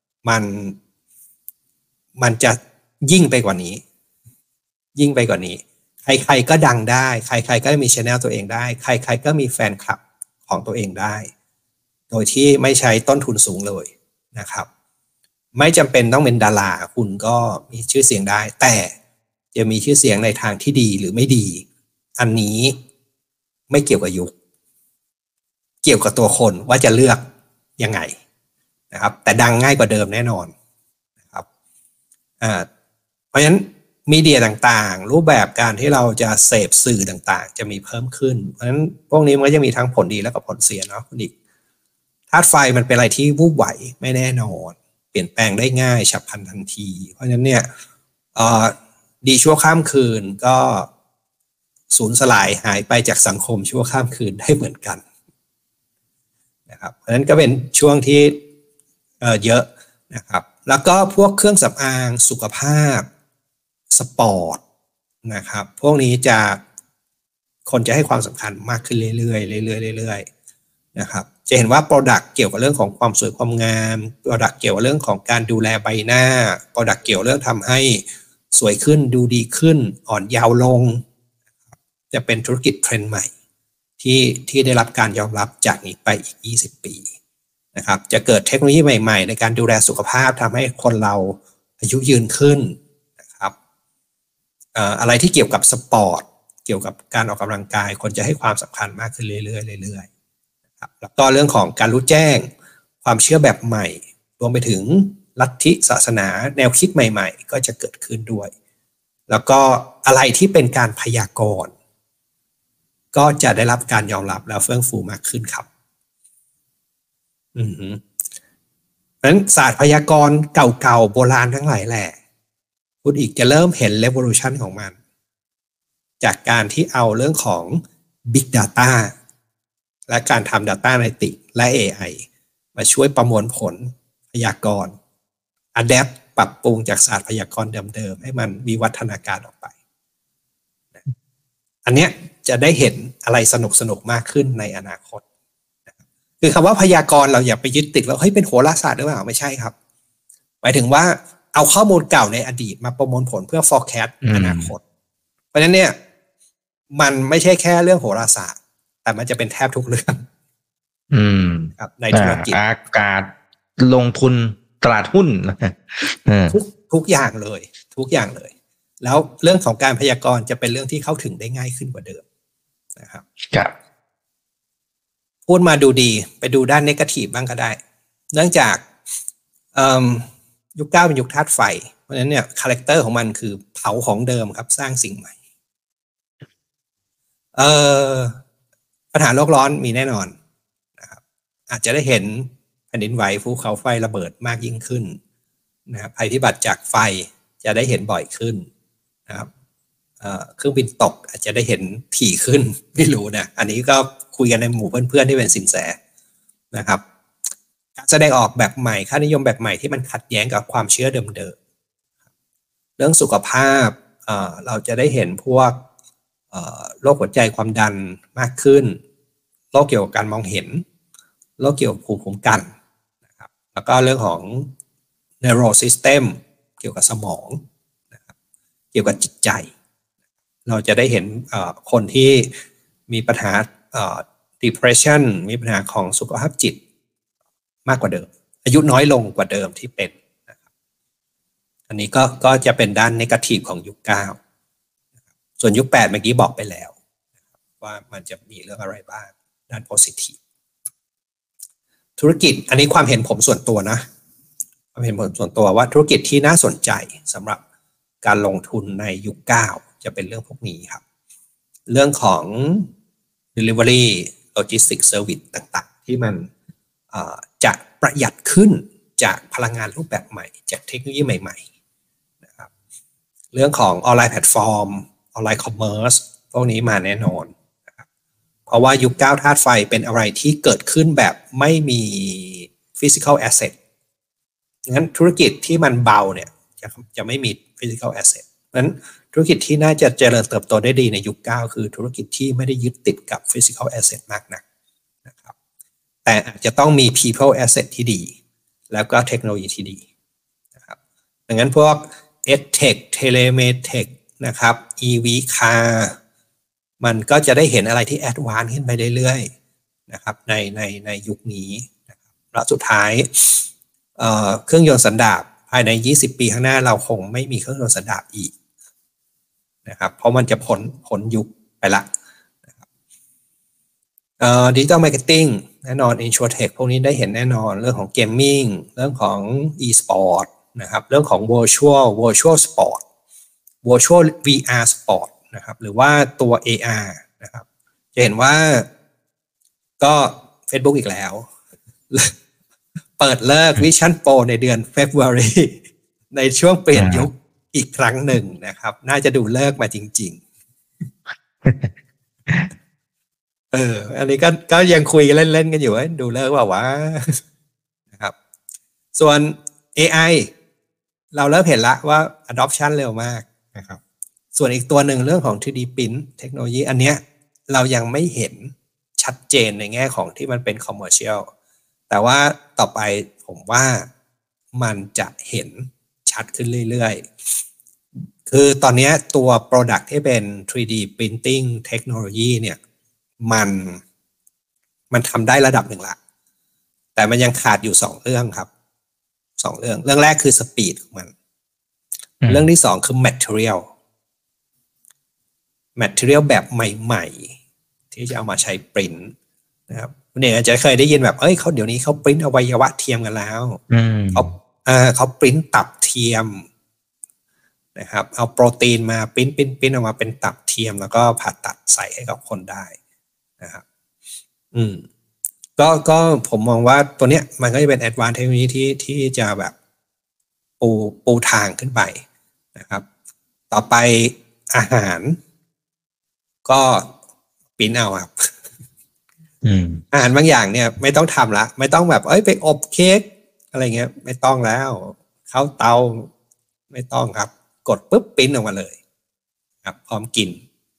มันจะยิ่งไปกว่านี้ใครๆก็ดังได้ใครๆก็มีช anel ตัวเองได้ใครๆก็มีแฟนคลับของตัวเองได้โดยที่ไม่ใช้ต้นทุนสูงเลยนะครับไม่จำเป็นต้องเป็นดาราคุณก็มีชื่อเสียงได้แต่จะมีชื่อเสียงในทางที่ดีหรือไม่ดีอันนี้ไม่เกี่ยวกับยุคเกี่ยวกับตัวคนว่าจะเลือกยังไงนะครับแต่ดังง่ายกว่าเดิมแน่นอนนะครับเพราะฉะนั้นมีเดียต่างๆรูปแบบการที่เราจะเสพสื่อต่างๆจะมีเพิ่มขึ้นเพราะฉะนั้นพวกนี้มันก็จะมีทั้งผลดีและก็ผลเสียเนาะคุณดิธาตุไฟมันเป็นอะไรที่วูบไหวไม่แน่นอนเปลี่ยนแปลงได้ง่ายฉับพลันทันทีเพราะฉะนั้นเนี่ยดีชั่วข้ามคืนก็สูญสลายหายไปจากสังคมชั่วข้ามคืนได้เหมือนกันนะครับเพราะฉะนั้นก็เป็นช่วงที่เยอะนะครับแล้วก็พวกเครื่องสำอางสุขภาพสปอร์ตนะครับพวกนี้คนจะให้ความสำคัญมากขึ้นเรื่อยๆนะครับจะเห็นว่า Product เกี่ยวกับเรื่องของความสวยความงาม Product เกี่ยวกับเรื่องของการดูแลใบหน้า Product เกี่ยวกับเรื่องทำให้สวยขึ้นดูดีขึ้นอ่อนเยาว์ลงจะเป็นธุรกิจเทรนด์ใหม่ที่ได้รับการยอมรับจากนี้ไปอีก20ปีนะครับจะเกิดเทคโนโลยีใหม่ๆในการดูแลสุขภาพทำให้คนเราอายุยืนขึ้นนะครับอะไรที่เกี่ยวกับสปอร์ตเกี่ยวกับการออกกำลังกายคนจะให้ความสำคัญมากขึ้นเรื่อยๆนะครับแล้วก็เรื่องของการรู้แจ้งความเชื่อแบบใหม่รวมไปถึงลัทธิศาสนาแนวคิดใหม่ๆก็จะเกิดขึ้นด้วยแล้วก็อะไรที่เป็นการพยากรณ์ก็จะได้รับการยอมรับแล้วเฟื่องฟูมากขึ้นครับเพราะฉะนั้นศาสตร์พยากรณ์เก่าๆโบราณทั้งหลายแหละคุณอีกจะเริ่มเห็น revolution ของมันจากการที่เอาเรื่องของ Big Data และการทำ Data Analytics และ AI มาช่วยประมวลผลพยากรณ์ Adapt ปรับปรุงจากศาสตร์พยากรณ์เดิมๆให้มันวิวัฒนาการออกไปอันเนี้ยจะได้เห็นอะไรสนุกๆมากขึ้นในอนาคตคือคำว่าพยากรณ์เราอย่าไปยึดติดว่าเฮ้ยเป็นโหราศาสตร์หรือเปล่าไม่ใช่ครับหมายถึงว่าเอาข้อมูลเก่าในอดีตมาประมวลผลเพื่อ forecast อนาคตเพราะฉะนั้นเนี่ยมันไม่ใช่แค่เรื่องโหราศาสตร์แต่มันจะเป็นแทบทุกเรื่องครับในธุรกิจอากาศลงทุนตลาดหุ้นทุกอย่างเลยแล้วเรื่องของการพยากรณ์จะเป็นเรื่องที่เข้าถึงได้ง่ายขึ้นกว่าเดิมนะครับพูดมาดูดีไปดูด้านเนกาทีฟบ้างก็ได้เนื่องจากยุค9เป็นยุคธาตุไฟเพราะฉะนั้นเนี่ยคาแรคเตอร์ของมันคือเผาของเดิมครับสร้างสิ่งใหม่ปัญหาโลกร้อนมีแน่นอนนะครับอาจจะได้เห็นแผ่นดินไหวภูเขาไฟระเบิดมากยิ่งขึ้นนะครับภัยพิบัติจากไฟจะได้เห็นบ่อยขึ้นนะครับเครื่องบินตกอาจจะได้เห็นถี่ขึ้นไม่รู้นะอันนี้ก็คุยกันในหมู่เพื่อนๆที่เป็นสินแสนะครับการแสดงออกแบบใหม่ค่านิยมแบบใหม่ที่มันขัดแย้งกับความเชื่อเดิมๆเรื่องสุขภาพเราจะได้เห็นพวกโรคหัวใจความดันมากขึ้นโรคเกี่ยวกับการมองเห็นโรคเกี่ยวกับภูมิคุ้มกันนะครับแล้วก็เรื่องของ neural system เกี่ยวกับสมองนะครับเกี่ยวกับจิตใจเราจะได้เห็นคนที่มีปัญหาdepression มีปัญหาของสุขภาพจิตมากกว่าเดิมอายุน้อยลงกว่าเดิมที่เป็นนะครับอันนี้ก็จะเป็นด้าน negative ของยุค9ส่วนยุค8เมื่อกี้บอกไปแล้วว่ามันจะมีเรื่องอะไรบ้างด้าน positive ธุรกิจอันนี้ความเห็นผมส่วนตัวนะความเห็นผมส่วนตัวว่าธุรกิจที่น่าสนใจสำหรับการลงทุนในยุค9จะเป็นเรื่องพวกนี้ครับเรื่องของ delivery logistics service ต่างๆที่มันจะประหยัดขึ้นจากพลังงานรูปแบบใหม่จากเทคโนโลยีใหม่ๆนะครับเรื่องของออนไลน์แพลตฟอร์มออนไลน์คอมเมอร์สพวกนี้มาแน่นอนนะครับเพราะว่ายุค9ธาตุไฟเป็นอะไรที่เกิดขึ้นแบบไม่มี physical asset งั้นธุรกิจที่มันเบาเนี่ยจะไม่มี physical asset งั้นธุรกิจที่น่าจะเจริญเติบโตได้ดีในยุค9คือธุรกิจที่ไม่ได้ยึดติดกับ physical asset มากนักนะครับแต่อาจจะต้องมี people asset ที่ดีแล้วก็เทคโนโลยีที่ดีนะครับดังนั้นพวก EdTech Telemedtech นะครับ EV car มันก็จะได้เห็นอะไรที่ advance ขึ้นไปเรื่อยๆนะครับในยุคนี้นะครับแล้วสุดท้ายเครื่องยนต์สันดาปภายใน20ปีข้างหน้าเราคงไม่มีเครื่องยนต์สันดาปอีกนะครับเพราะมันจะพ้นยุคไปละนะครับดิจิตอลมาร์เก็ตติ้งแน่นอน InsurTech พวกนี้ได้เห็นแน่นอนเรื่องของเกมมิ่งเรื่องของ e-sport นะครับเรื่องของ virtual sport virtual VR sport นะครับหรือว่าตัว AR นะครับจะเห็นว่าก็ Facebook อีกแล้วเปิดเลิก Vision Pro ในเดือน February ในช่วงเปลี่ยนยุคอีกครั้งหนึ่งนะครับน่าจะดูเลิกมาจริงๆอันนี้ก็ยังคุยกันเล่นๆกันอยู่ว่าดูเลิกว่านะครับส่วน AI เราเริ่มเห็นละว่า adoption เร็วมากนะครับส่วนอีกตัวหนึ่งเรื่องของ 3D Print เทคโนโลยีอันเนี้ยเรายังไม่เห็นชัดเจนในแง่ของที่มันเป็น commercial แต่ว่าต่อไปผมว่ามันจะเห็นชัดขึ้นเรื่อยๆคือตอนนี้ตัว product ที่เป็น 3D printing technology เนี่ยมันทำได้ระดับหนึ่งละแต่มันยังขาดอยู่2เรื่องครับ2เรื่องแรกคือ speed ของมันเรื่องที่2คือ material แบบใหม่ๆที่จะเอามาใช้ print นะครับคุณเอกอาจจะเคยได้ยินแบบเขาเดี๋ยวนี้เขาปริ้นอวัยวะเทียมกันแล้วเขาปริ้นตับเทียมนะครับเอาโปรตีนมาปริ้นออกมาเป็นตับเทียมแล้วก็ผ่าตัดใส่ให้กับคนได้นะครับก็ผมมองว่าตัวเนี้ยมันก็จะเป็น advanced technology ที่จะแบบปูทางขึ้นไปนะครับต่อไปอาหารก็ปริ้นเอาครับอาหารบางอย่างเนี่ยไม่ต้องทำละไม่ต้องแบบไปอบเค้กอะไรเงี้ยไม่ต้องแล้วเข้าเตาไม่ต้องครับกดปุ๊บปริ้นออกมาเลยครับพร้อมกิน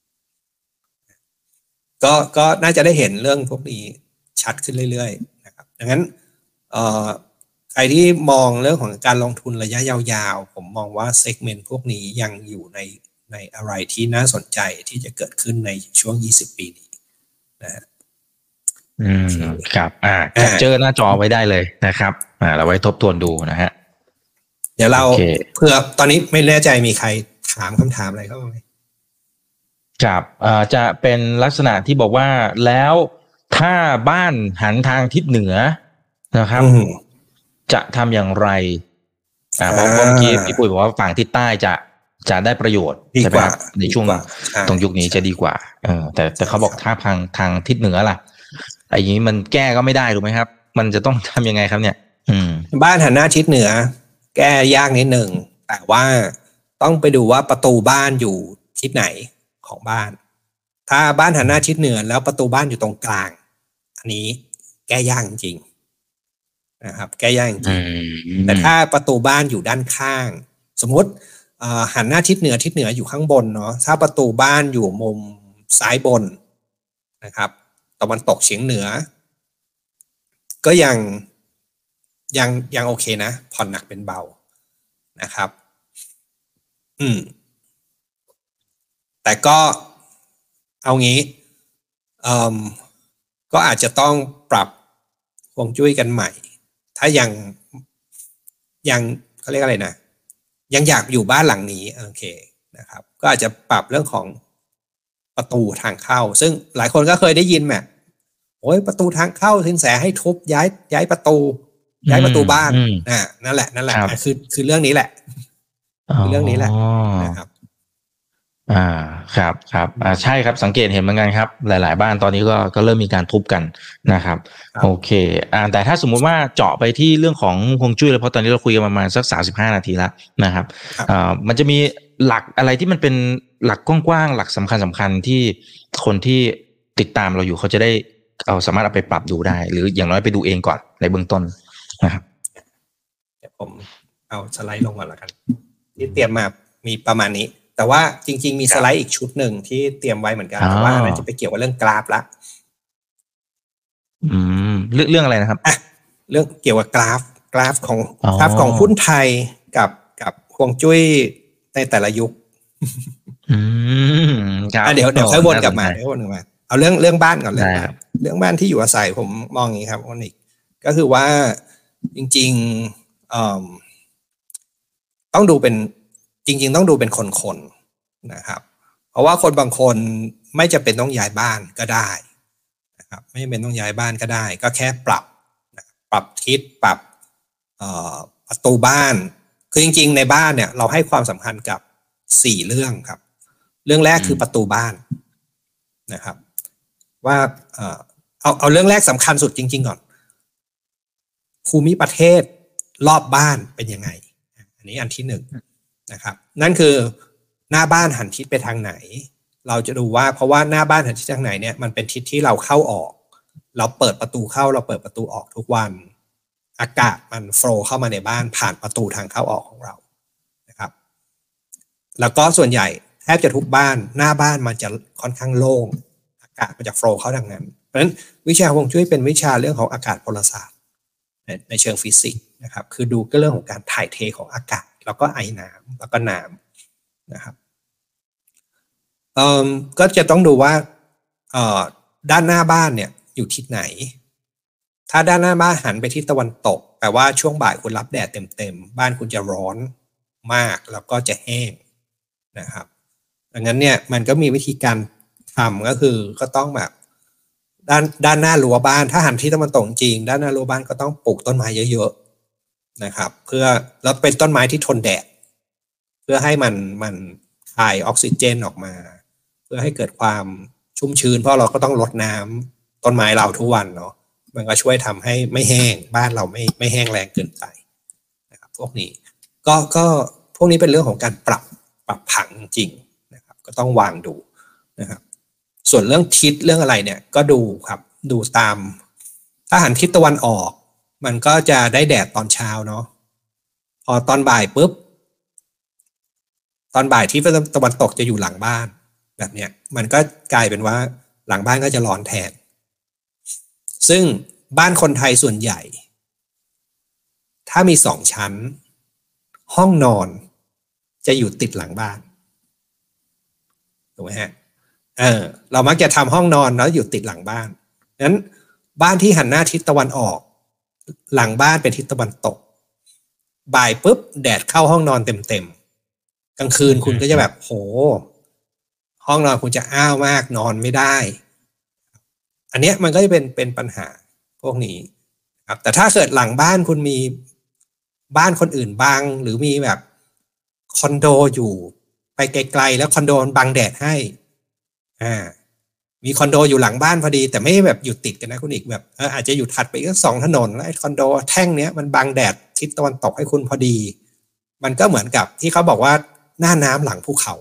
ก็น่าจะได้เห็นเรื่องพวกนี้ชัดขึ้นเรื่อยๆนะครับดังนั้นใครที่มองเรื่องของการลงทุนระยะยาวๆผมมองว่าเซกเมนต์พวกนี้ยังอยู่ในอะไรที่น่าสนใจที่จะเกิดขึ้นในช่วง20ปีนี้นะฮะครับแคปเจอร์หน้าจอไว้ได้เลยนะครับเราไว้ทบทวนดูนะฮะเดี๋ยวเราเผื่อตอนนี้ไม่แน่ใจมีใครถามคำถามอะไรเข้ามาไหมครับจะเป็นลักษณะที่บอกว่าแล้วถ้าบ้านหันทางทิศเหนือนะครับจะทำอย่างไรเพราะเมื่อกี้พี่ปุ้ยบอกว่าฝั่งทิศใต้จะได้ประโยชน์ใช่ไหมครับในช่วงตรงยุคนี้จะดีกว่าแต่เขาบอกถ้าทางทิศเหนือล่ะไอ้อย่างนี้มันแก้ก็ไม่ได้ถูกไหมครับมันจะต้องทำยังไงครับเนี่ยบ้านหันหน้าทิศเหนือแก้ยากนิดหนึ่งแต่ว่าต้องไปดูว่าประตูบ้านอยู่ทิศไหนของบ้านถ้าบ้านหันหน้าทิศเหนือแล้วประตูบ้านอยู่ตรงกลางอันนี้แก้ยากจริงนะครับแก้ยากจริงแต่ถ้าประตูบ้านอยู่ด้านข้างสมมติหันหน้าทิศเหนืออยู่ข้างบนเนาะถ้าประตูบ้านอยู่มุมซ้ายบนนะครับตะวันตกเฉียงเหนือก็ยังโอเคนะผ่อนหนักเป็นเบานะครับแต่ก็เอางี้ก็อาจจะต้องปรับฮวงจุ้ยกันใหม่ถ้ายังเขาเรียกอะไรนะยังอยากอยู่บ้านหลังนี้โอเคนะครับก็อาจจะปรับเรื่องของประตูทางเข้าซึ่งหลายคนก็เคยได้ยินแบบโอ้ยประตูทางเข้าสินแสให้ทุบย้ายประตูบ้านนั่นแหละคือเรื่องนี้แหละคือเรื่องนี้แหละนะครับครับใช่ครับสังเกตเห็นเหมือนกันครับหลายๆบ้านตอนนี้ก็เริ่มมีการทุบกันนะครับโอเคแต่ถ้าสมมุติว่าเจาะไปที่เรื่องของฮวงจุ้ยแล้วเพราะตอนนี้เราคุยกันประมาณสัก35 นาทีแล้วนะครับมันจะมีหลักอะไรที่มันเป็นหลักกว้างๆหลักสำคัญที่คนที่ติดตามเราอยู่เขาจะได้สามารถเอาไปปรับดูได้หรืออย่างน้อยไปดูเองก่อนในเบื้องต้นนะครับเดี๋ยวผมเอาสไลด์ลงก่อนละกันที่เตรียมมามีประมาณนี้แต่ว่าจริงๆมีสไลด์อีกชุดหนึ่งที่เตรียมไว้เหมือนกันแต่ว่ามันจะไปเกี่ยวกับเรื่องกราฟละเรื่องอะไรนะครับเรื่องเกี่ยวกับกราฟของหุ้นไทยกับฮวงจุ้ยในแต่ละยุคเดี๋ยวค่อยวนกลับมาเอาเรื่องบ้านก่อนเลยเรื่องบ้านที่อยู่อาศัยผมมองอย่างนี้ครับคนอีกก็คือว่าจริงๆต้องดูเป็นคนนะครับเพราะว่าคนบางคนไม่จำเป็นต้องย้ายบ้านก็ได้นะครับไม่จำเป็นต้องย้ายบ้านก็ได้ก็แค่ปรับทิศปรับประตูบ้านคือจริงๆในบ้านเนี่ยเราให้ความสำคัญกับ4เรื่องครับเรื่องแรกคือประตูบ้านนะครับว่าเอาเรื่องแรกสำคัญสุดจริงๆก่อนภูมิประเทศรอบบ้านเป็นยังไงอันนี้อันที่1นะครับนั่นคือหน้าบ้านหันทิศไปทางไหนเราจะดูว่าเพราะว่าหน้าบ้านหันทิศทางไหนเนี่ยมันเป็นทิศที่เราเข้าออกเราเปิดประตูเข้าเราเปิดประตูออกทุกวันอากาศมันโฟลว์เข้ามาในบ้านผ่านประตูทางเข้าออกของเรานะครับแล้วก็ส่วนใหญ่แทบจะทุกบ้านหน้าบ้านมันจะค่อนข้างโล่งอากาศมันจะโฟลว์เข้าทางนั้นเพราะฉะนั้นวิชาฮวงจุ้ยเป็นวิชาเรื่องของอากาศพลศาสตร์ในเชิงฟิสิกส์นะครับคือดูก็เรื่องของการถ่ายเทของอากาศแล้วก็ไอน้ำแล้วก็น้ำนะครับก็จะต้องดูว่าด้านหน้าบ้านเนี่ยอยู่ทิศไหนถ้าด้านหน้าบ้านหันไปทิศตะวันตกแปลว่าช่วงบ่ายคุณรับแดดเต็มๆบ้านคุณจะร้อนมากแล้วก็จะแห้งนะครับดังนั้นเนี่ยมันก็มีวิธีการทำก็คือก็ต้องแบบด้านหน้ารั้วบ้านถ้าหันทิศตะวันตกจริงด้านหน้ารั้วบ้านก็ต้องปลูกต้นไม้เยอะๆนะครับเพื่อแล้วเป็นต้นไม้ที่ทนแดดเพื่อให้มันถ่ายออกซิเจนออกมาเพื่อให้เกิดความชุ่มชื้นเพราะเราก็ต้องรดน้ำต้นไม้เราทุกวันเนาะมันก็ช่วยทำให้ไม่แห้งบ้านเราไม่แห้งแรงเกินไปนะครับพวกนี้ก็พวกนี้เป็นเรื่องของการปรับผังจริงนะครับก็ต้องวางดูนะครับส่วนเรื่องทิศเรื่องอะไรเนี่ยก็ดูครับดูตามถ้าหันทิศตะวันออกมันก็จะได้แดดตอนเช้าเนาะพอตอนบ่ายปุ๊บตอนบ่ายที่ตะวันตกจะอยู่หลังบ้านแบบเนี้ยมันก็กลายเป็นว่าหลังบ้านก็จะร้อนแทนซึ่งบ้านคนไทยส่วนใหญ่ถ้ามี2 ชั้นห้องนอนจะอยู่ติดหลังบ้านถูกไหมฮะเรามักจะทำห้องนอนแล้วอยู่ติดหลังบ้านงั้นบ้านที่หันหน้าทิศตะวันออกหลังบ้านเป็นทิศตะวันตกบ่ายปุ๊บแดดเข้าห้องนอนเต็มกลางคืนคุณก็จะแบบโหห้องนอนคุณจะอ้าวมากนอนไม่ได้อันเนี้ยมันก็จะเป็นปัญหาพวกนี้ครับแต่ถ้าเกิดหลังบ้านคุณมีบ้านคนอื่นบังหรือมีแบบคอนโดอยู่ไปไกลๆแล้วคอนโดบังแดดให้มีคอนโดอยู่หลังบ้านพอดีแต่ไม่แบบอยู่ติดกันนะคุณอีกแบบอาจจะอยู่ถัดไปอีก2 ถนนแล้วไอ้คอนโดแท่งเนี้ยมันบังแดดทิศตะวันตกให้คุณพอดีมันก็เหมือนกับที่เขาบอกว่าหน้าน้ำหลังภูเขา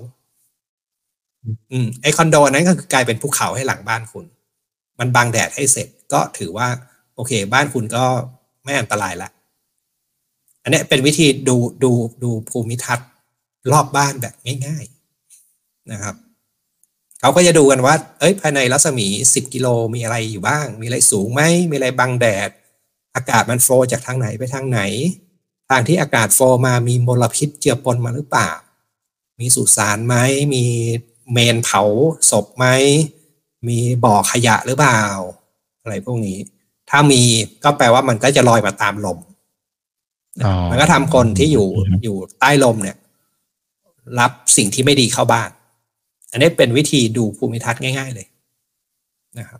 ไอ้คอนโดนั้นก็คือกลายเป็นภูเขาให้หลังบ้านคุณมันบังแดดให้เสร็จก็ถือว่าโอเคบ้านคุณก็ไม่อันตรายละอันนี้เป็นวิธีดูภูมิทัศน์รอบบ้านแบบง่ายๆนะครับเขาก็จะดูกันว่าภายในรัศมี10 กิโลมีอะไรอยู่บ้างมีอะไรสูงไหมมีอะไรบังแดดอากาศมันโฟลว์จากทางไหนไปทางไหนทางที่อากาศโฟลว์มามีมลพิษเจือปนมาหรือเปล่ามีสุสานไหมมีเมนเผาศพไหมมีบ่อขยะหรือเปล่าอะไรพวกนี้ถ้ามีก็แปลว่ามันก็จะลอยมาตามลมมันก็ทำคนที่อยู่ใต้ลมเนี่ยรับสิ่งที่ไม่ดีเข้าบ้านอันนี้เป็นวิธีดูภูมิทัศน์ง่ายๆเลยนะครับ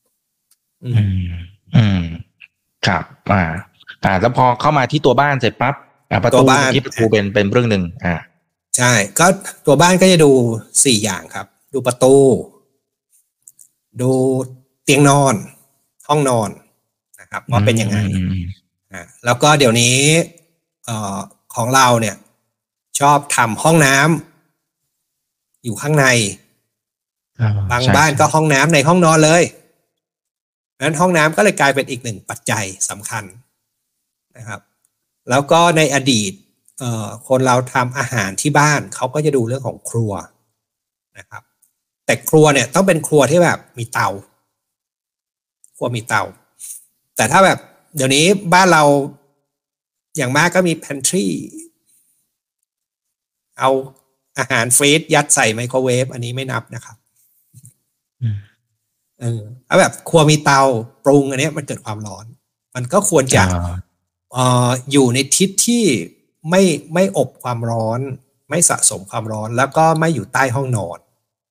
ครับแล้วพอเข้ามาที่ตัวบ้านเสร็จปั๊บประตูที่ประตูเป็นเรื่องหนึ่งใช่ก็ตัวบ้านก็จะดู4 อย่างครับดูประตูดูเตียงนอนห้องนอนนะครับว่าเป็นยังไงแล้วก็เดี๋ยวนี้ของเราเนี่ยชอบทำห้องน้ำอยู่ข้างในบางบ้านก็ห้องน้ำในห้องนอนเลยนั้นห้องน้ำก็เลยกลายเป็นอีกหนึ่งปัจจัยสำคัญนะครับแล้วก็ในอดีตคนเราทำอาหารที่บ้านเขาก็จะดูเรื่องของครัวนะครับแต่ครัวเนี่ยต้องเป็นครัวที่แบบมีเตาครัวมีเตาแต่ถ้าแบบเดี๋ยวนี้บ้านเราอย่างมากก็มี pantry เอาอาหารฟรีซยัดใส่ไมโครเวฟอันนี้ไม่นับนะครับถ้าแบบครัวมีเตาปรุงอันนี้มันเกิดความร้อนมันก็ควรจะอยู่ในทิศที่ไม่อบความร้อนไม่สะสมความร้อนแล้วก็ไม่อยู่ใต้ห้องนอน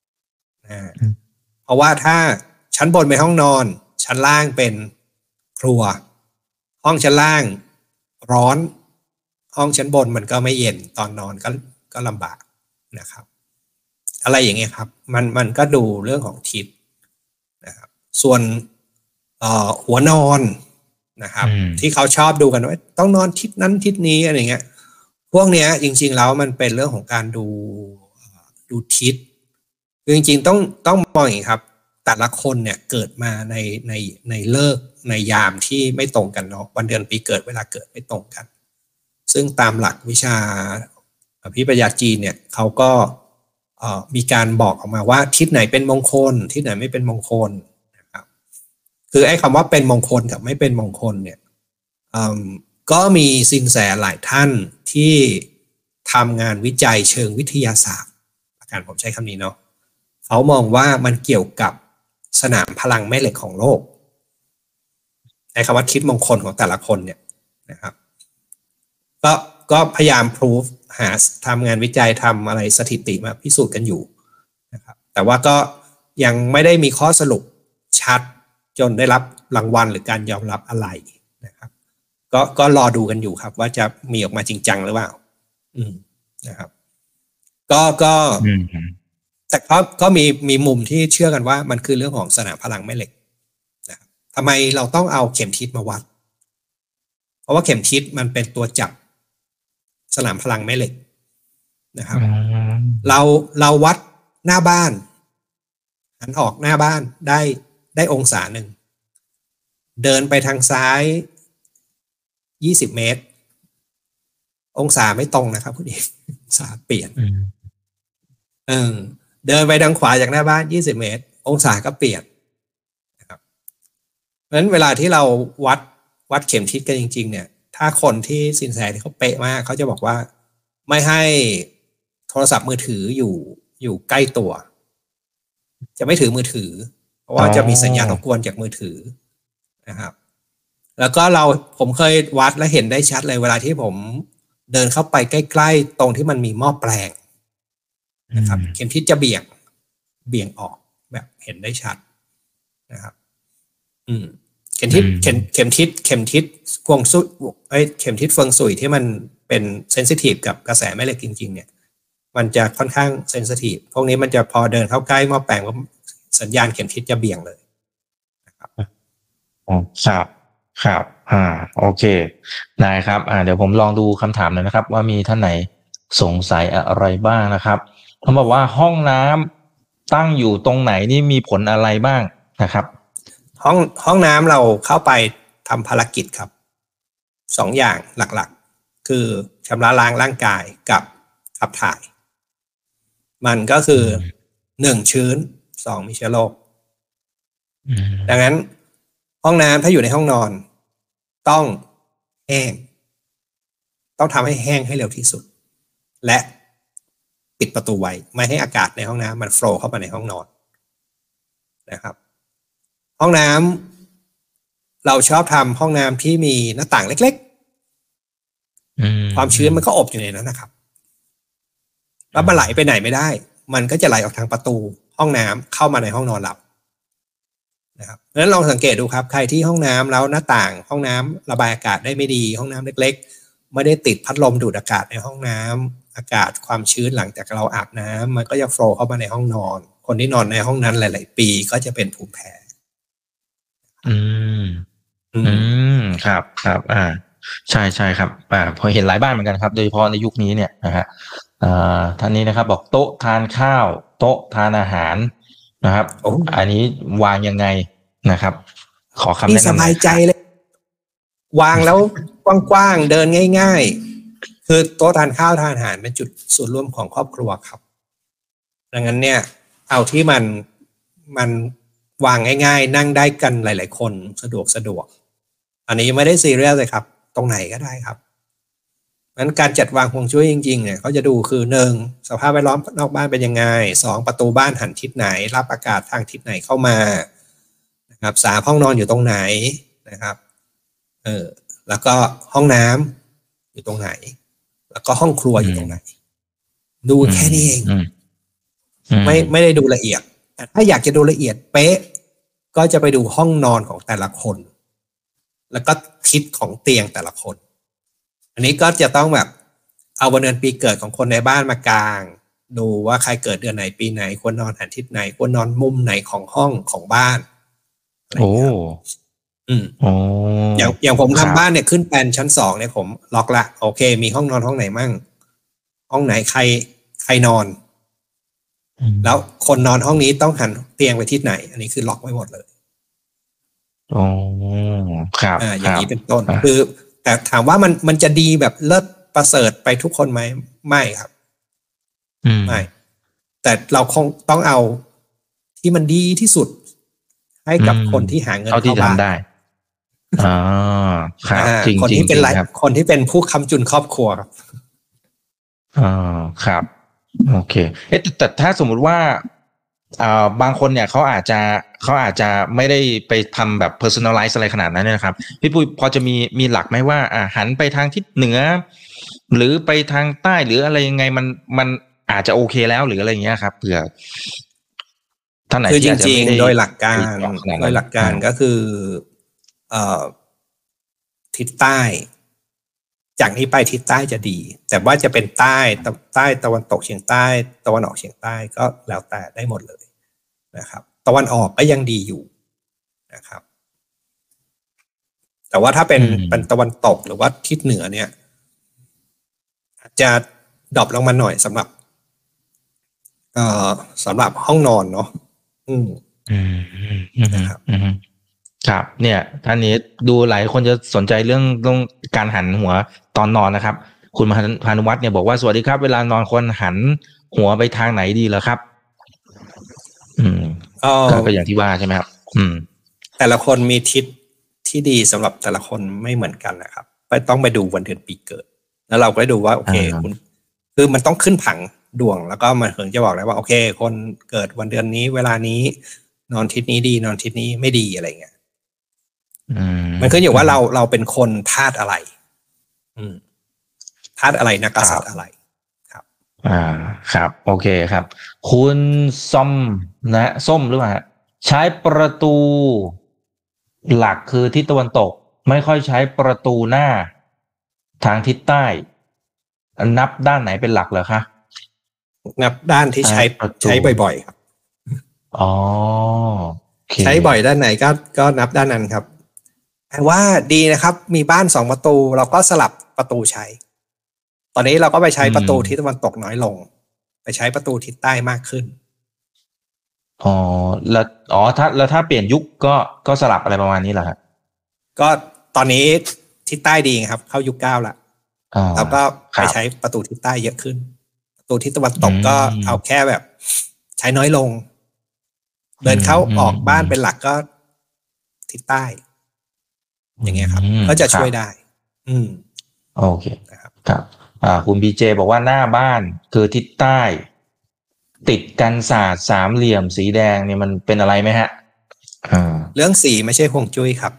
เพราะว่าถ้าชั้นบนเป็นห้องนอนชั้นล่างเป็นครัวห้องชั้นล่างร้อนห้องชั้นบนมันก็ไม่เย็นตอนนอนก็ลำบากนะครับอะไรอย่างเงี้ยครับมันก็ดูเรื่องของทิศนะครับส่วนหัวนอนนะครับที่เขาชอบดูกันว่าต้องนอนทิศนั้นทิศนี้อะไรเงี้ยพวกเนี้ยจริงๆแล้วมันเป็นเรื่องของการดูทิศคือจริงๆต้องมองอย่างนี้ครับแต่ละคนเนี่ยเกิดมาในฤกษ์ในยามที่ไม่ตรงกันเนาะวันเดือนปีเกิดเวลาเกิดไม่ตรงกันซึ่งตามหลักวิชาอภิปรัชญาจีนเนี่ยเขาก็มีการบอกออกมาว่าทิศไหนเป็นมงคลทิศไหนไม่เป็นมงคลนะครับคือไอ้คำว่าเป็นมงคลกับไม่เป็นมงคลเนี่ยก็มีสินแสหลายท่านที่ทำงานวิจัยเชิงวิทยาศาสตร์อาจารย์ผมใช้คำนี้เนาะเขามองว่ามันเกี่ยวกับสนามพลังแม่เหล็กของโลกไอ้คำว่าทิศมงคลของแต่ละคนเนี่ยนะครับก็พยายามพิสูจหาทำงานวิจัยทำอะไรสถิติมาพิสูจน์กันอยู่นะครับแต่ว่าก็ยังไม่ได้มีข้อสรุปชัดจนได้รับรางวัลหรือการยอมรับอะไรนะครับก็รอดูกันอยู่ครับว่าจะมีออกมาจริงจังหรือเปล่านะครับก็แต่ก็มีมุมที่เชื่อกันว่ามันคือเรื่องของสนามพลังแม่เหล็กนะครับทำไมเราต้องเอาเข็มทิศมาวัดเพราะว่าเข็มทิศมันเป็นตัวจับสนามพลังแม่เหล็กนะครับเราวัดหน้าบ้านหันออกหน้าบ้านได้องศาหนึ่งเดินไปทางซ้าย20 เมตรองศาไม่ตรงนะครับคุณเอกองศาเปลี่ยนเดินไปทางขวาจากหน้าบ้าน20 เมตรองศาก็เปลี่ยนนะครับเพราะฉะนั้นเวลาที่เราวัดเข็มทิศกันจริงๆเนี่ยถ้าคนที่สินแสที่เขาเป๊ะมากเขาจะบอกว่าไม่ให้โทรศัพท์มือถืออยู่ใกล้ตัวจะไม่ถือมือถือเพราะว่าจะมีสัญญาณรบกวนจากมือถือนะครับแล้วก็ผมเคยวัดและเห็นได้ชัดเลยเวลาที่ผมเดินเข้าไปใกล้ๆตรงที่มันมีหม้อแปลงนะครับเข็มทิศจะเบี่ยงออกแบบเห็นได้ชัดนะครับเข็มทิศเข็มทิศกวงซุเข็มทิศเฟิงซุยที่มันเป็นเซนซิทีฟกับกระแสแม่เหล็กจริงๆเนี่ยมันจะค่อนข้างเซนซิทีฟพวกนี้มันจะพอเดินเข้าใกล้หม้อแปลงว่าสัญญาณเข็มทิศจะเบี่ยงเลยนะครับครับโอเคได้ครับเดี๋ยวผมลองดูคำถามหน่อยนะครับว่ามีท่านไหนสงสัยอะไรบ้างนะครับเขาบอกว่าห้องน้ำตั้งอยู่ตรงไหนนี่มีผลอะไรบ้างนะครับห้องน้ำเราเข้าไปทำภารกิจครับ2 อย่างหลักๆคือชำระล้างร่างกายกับขับถ่ายมันก็คือ1ชื้น2มีเชื้อโรคดังนั้นห้องน้ำถ้าอยู่ในห้องนอนต้องแห้งต้องทำให้แห้งให้เร็วที่สุดและปิดประตูไว้ไม่ให้อากาศในห้องน้ำมันโฟลว์เข้ามาในห้องนอนนะครับห้องน้ำเราชอบทำห้องน้ำที่มีหน้าต่างเล็กๆความชื้นมันก็อบอยู่ในนั้นนะครับแล้วมันไหลไปไหนไม่ได้มันก็จะไหลออกทางประตูห้องน้ำเข้ามาในห้องนอนเรานะครับเพราะฉะนั้นลองสังเกตดูครับใครที่ห้องน้ำแล้วหน้าต่างห้องน้ำระบายอากาศได้ไม่ดีห้องน้ำเล็กๆไม่ได้ติดพัดลมดูดอากาศในห้องน้ำอากาศความชื้นหลังจากเราอาบน้ำมันก็จะโฟลว์เข้ามาในห้องนอนคนที่นอนในห้องนั้นหลายๆปีก็จะเป็นภูมิแพ้ครับใช่ครับพอเห็นหลายบ้านเหมือนกันครับโดยเฉพาะในยุคนี้เนี่ยนะฮะท่านนี้นะครับบอกโต๊ะทานข้าวโต๊ะทานอาหารนะครับอันนี้วางยังไงนะครับขอคำแนะนำสบายใจเลยวางแล้วกว้างๆเดินง่ายๆคือโต๊ะทานข้าวทานอาหารเป็นจุดส่วนร่วมของครอบครัวครับดังนั้นเนี่ยเอาที่มันวางง่ายๆนั่งได้กันหลายๆคนสะดวกอันนี้ไม่ได้ซีเรียสเลยครับตรงไหนก็ได้ครับงั้นการจัดวางฮวงจุ้ยจริงๆเนี่ยเขาจะดูคือ1สภาพแวดล้อมนอกบ้านเป็นยังไง2ประตูบ้านหันทิศไหนรับอากาศทางทิศไหนเข้ามานะครับ3ห้องนอนอยู่ตรงไหนนะครับแล้วก็ห้องน้ำอยู่ตรงไหนแล้วก็ห้องครัวอยู่ตรงไหนดูแค่นี้เองไม่ได้ดูละเอียดแต่ถ้าอยากจะดูละเอียดเป๊ะก็จะไปดูห้องนอนของแต่ละคนแล้วก็ทิศของเตียงแต่ละคนอันนี้ก็จะต้องแบบเอาวันเดือนปีเกิดของคนในบ้านมากางดูว่าใครเกิดเดือนไหนปีไหนควรนอนหันทิศไหนควรนอนมุมไหนของห้องของบ้านอย่างผมทำบ้านเนี่ยขึ้นแปลนชั้น2เนี่ยผมล็อกละโอเคมีห้องนอนห้องไหนมั่งห้องไหนใครนอนแล้วคนนอนห้องนี้ต้องหันเตียงไปทิศไหนอันนี้คือล็อกไว้หมดเลยครับอย่างนี้เป็นต้นคือแต่ถามว่ามันจะดีแบบเลิศประเสริฐไปทุกคนไหมไม่ครับไม่แต่เราคงต้องเอาที่มันดีที่สุดให้กับคนที่หาเงินเข้าบ้านได้ครับคนที่เป็นคนที่เป็นผู้ค้ำจุนครอบครัวครับครับโอเคแต่ถ้าสมมุติว่าบางคนเนี่ยเขาอาจจะไม่ได้ไปทำแบบ personalize อะไรขนาดนั้นนะครับพี่ปุ้ยพอจะมีหลักไหมว่าหันไปทางทิศเหนือหรือไปทางใต้หรืออะไรยังไงมันอาจจะโอเคแล้วหรืออะไรอย่างเงี้ยครับเผื่อท่านไหนที่อาจจะไม่ได้โดยหลักการก็คือทิศใต้จากนี้ไปทิศใต้จะดีแต่ว่าจะเป็นใต้ตะวันตกเฉียงใต้ตะวันออกเฉียงใต้ก็แล้วแต่ได้หมดเลยนะครับตะวันออกก็ยังดีอยู่นะครับแต่ว่าถ้าเป็นตะวันตกหรือว่าทิศเหนือเนี่ยอาจจะดรอปลงมาหน่อยสำหรับห้องนอนเนาะนะครับครับเนี่ยท่านนี้ดูหลายคนจะสนใจเรื่องการหันหัวตอนนอนนะครับคุณพานุวัฒน์เนี่ยบอกว่าสวัสดีครับเวลานอนควรหันหัวไปทางไหนดีเหรอครับก็อย่างที่ว่าใช่ไหมครับแต่ละคนมีทิศที่ดีสำหรับแต่ละคนไม่เหมือนกันนะครับต้องไปดูวันเดือนปีเกิดแล้วเราก็ได้ดูว่าโอเคคุณคือมันต้องขึ้นผังดวงแล้วก็มันถึงจะบอกได้ว่าโอเคคนเกิดวันเดือนนี้เวลานี้นอนทิศนี้ดีนอนทิศนี้ไม่ดีอะไรเงี้ยมันขึ้นอยู่ว่าเราเป็นคนธาตุอะไรธาตุอะไรนักกษัตริย์อะไรครับครับโอเคครับคุณส้มนะส้มหรือเปล่าใช้ประตูหลักคือทิศตะวันตกไม่ค่อยใช้ประตูหน้าทางทิศใต้นับด้านไหนเป็นหลักเหรอคะนับด้านที่ใช้บ่อยๆครับอ๋อใช้บ่อยด้านไหนก็นับด้านนั้นครับแต่ว่าดีนะครับมีบ้าน2ประตูเราก็สลับประตูใช้ตอนนี้เราก็ไปใช้ประตูทิศตะวันตกน้อยลงไปใช้ประตูทิศใต้มากขึ้นอ๋อถ้าเปลี่ยนยุคก็สลับอะไรประมาณนี้เหรอฮะก็ตอนนี้ทิศใต้ดีครับเข้ายุค9ละแล้วก็ไปใช้ประตูทิศใต้เยอะขึ้นประตูทิศตะวันตกก็เอาแค่แบบใช้น้อยลงเดินเข้าออกบ้านเป็นหลักก็ทิศใต้อย่างเงี้ยครับก็จะช่วยได้โอเคครับคุณพีเจบอกว่าหน้าบ้านคือทิศใต้ติดกันศาสตร์สามเหลี่ยมสีแดงเนี่ยมันเป็นอะไรไหมฮะเรื่องสีไม่ใช่ฮวงจุ้ยครับ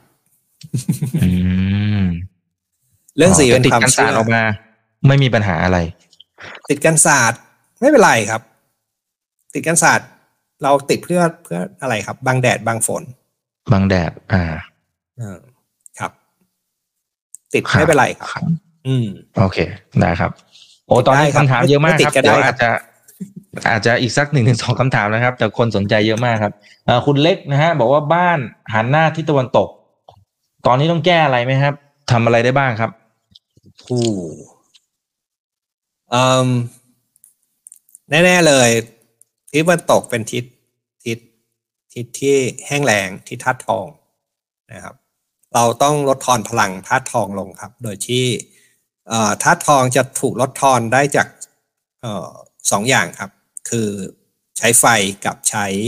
เรื่องสีเป็นความเชื่อออกมาไม่มีปัญหาอะไรติดกันศาสตร์ไม่เป็นไรครับติดกันศาสตร์เราติดเพื่ออะไรครับบังแดดบังฝนบังแดดครับติดไม่เป็นไรครับโอเคได้ครับโอ้ตอนนี้คำถามเยอะมากครับเดี๋ยวอาจจะอีกสัก 1-2 คำถามนะครับแต่คนสนใจเยอะมากครับคุณเล็กนะฮะบอกว่าบ้านหันหน้าทิศตะวันตกตอนนี้ต้องแก้อะไรไหมครับทำอะไรได้บ้างครับแน่ๆเลยทิศตะวันตกเป็นทิศที่แห้งแล้งที่ธาตุทองนะครับเราต้องลดทอนพลังธาตุทองลงครับโดยที่ธาตุทองจะถูกลดทอนได้จาก2 อย่างครับคือใช้ไฟกับใช้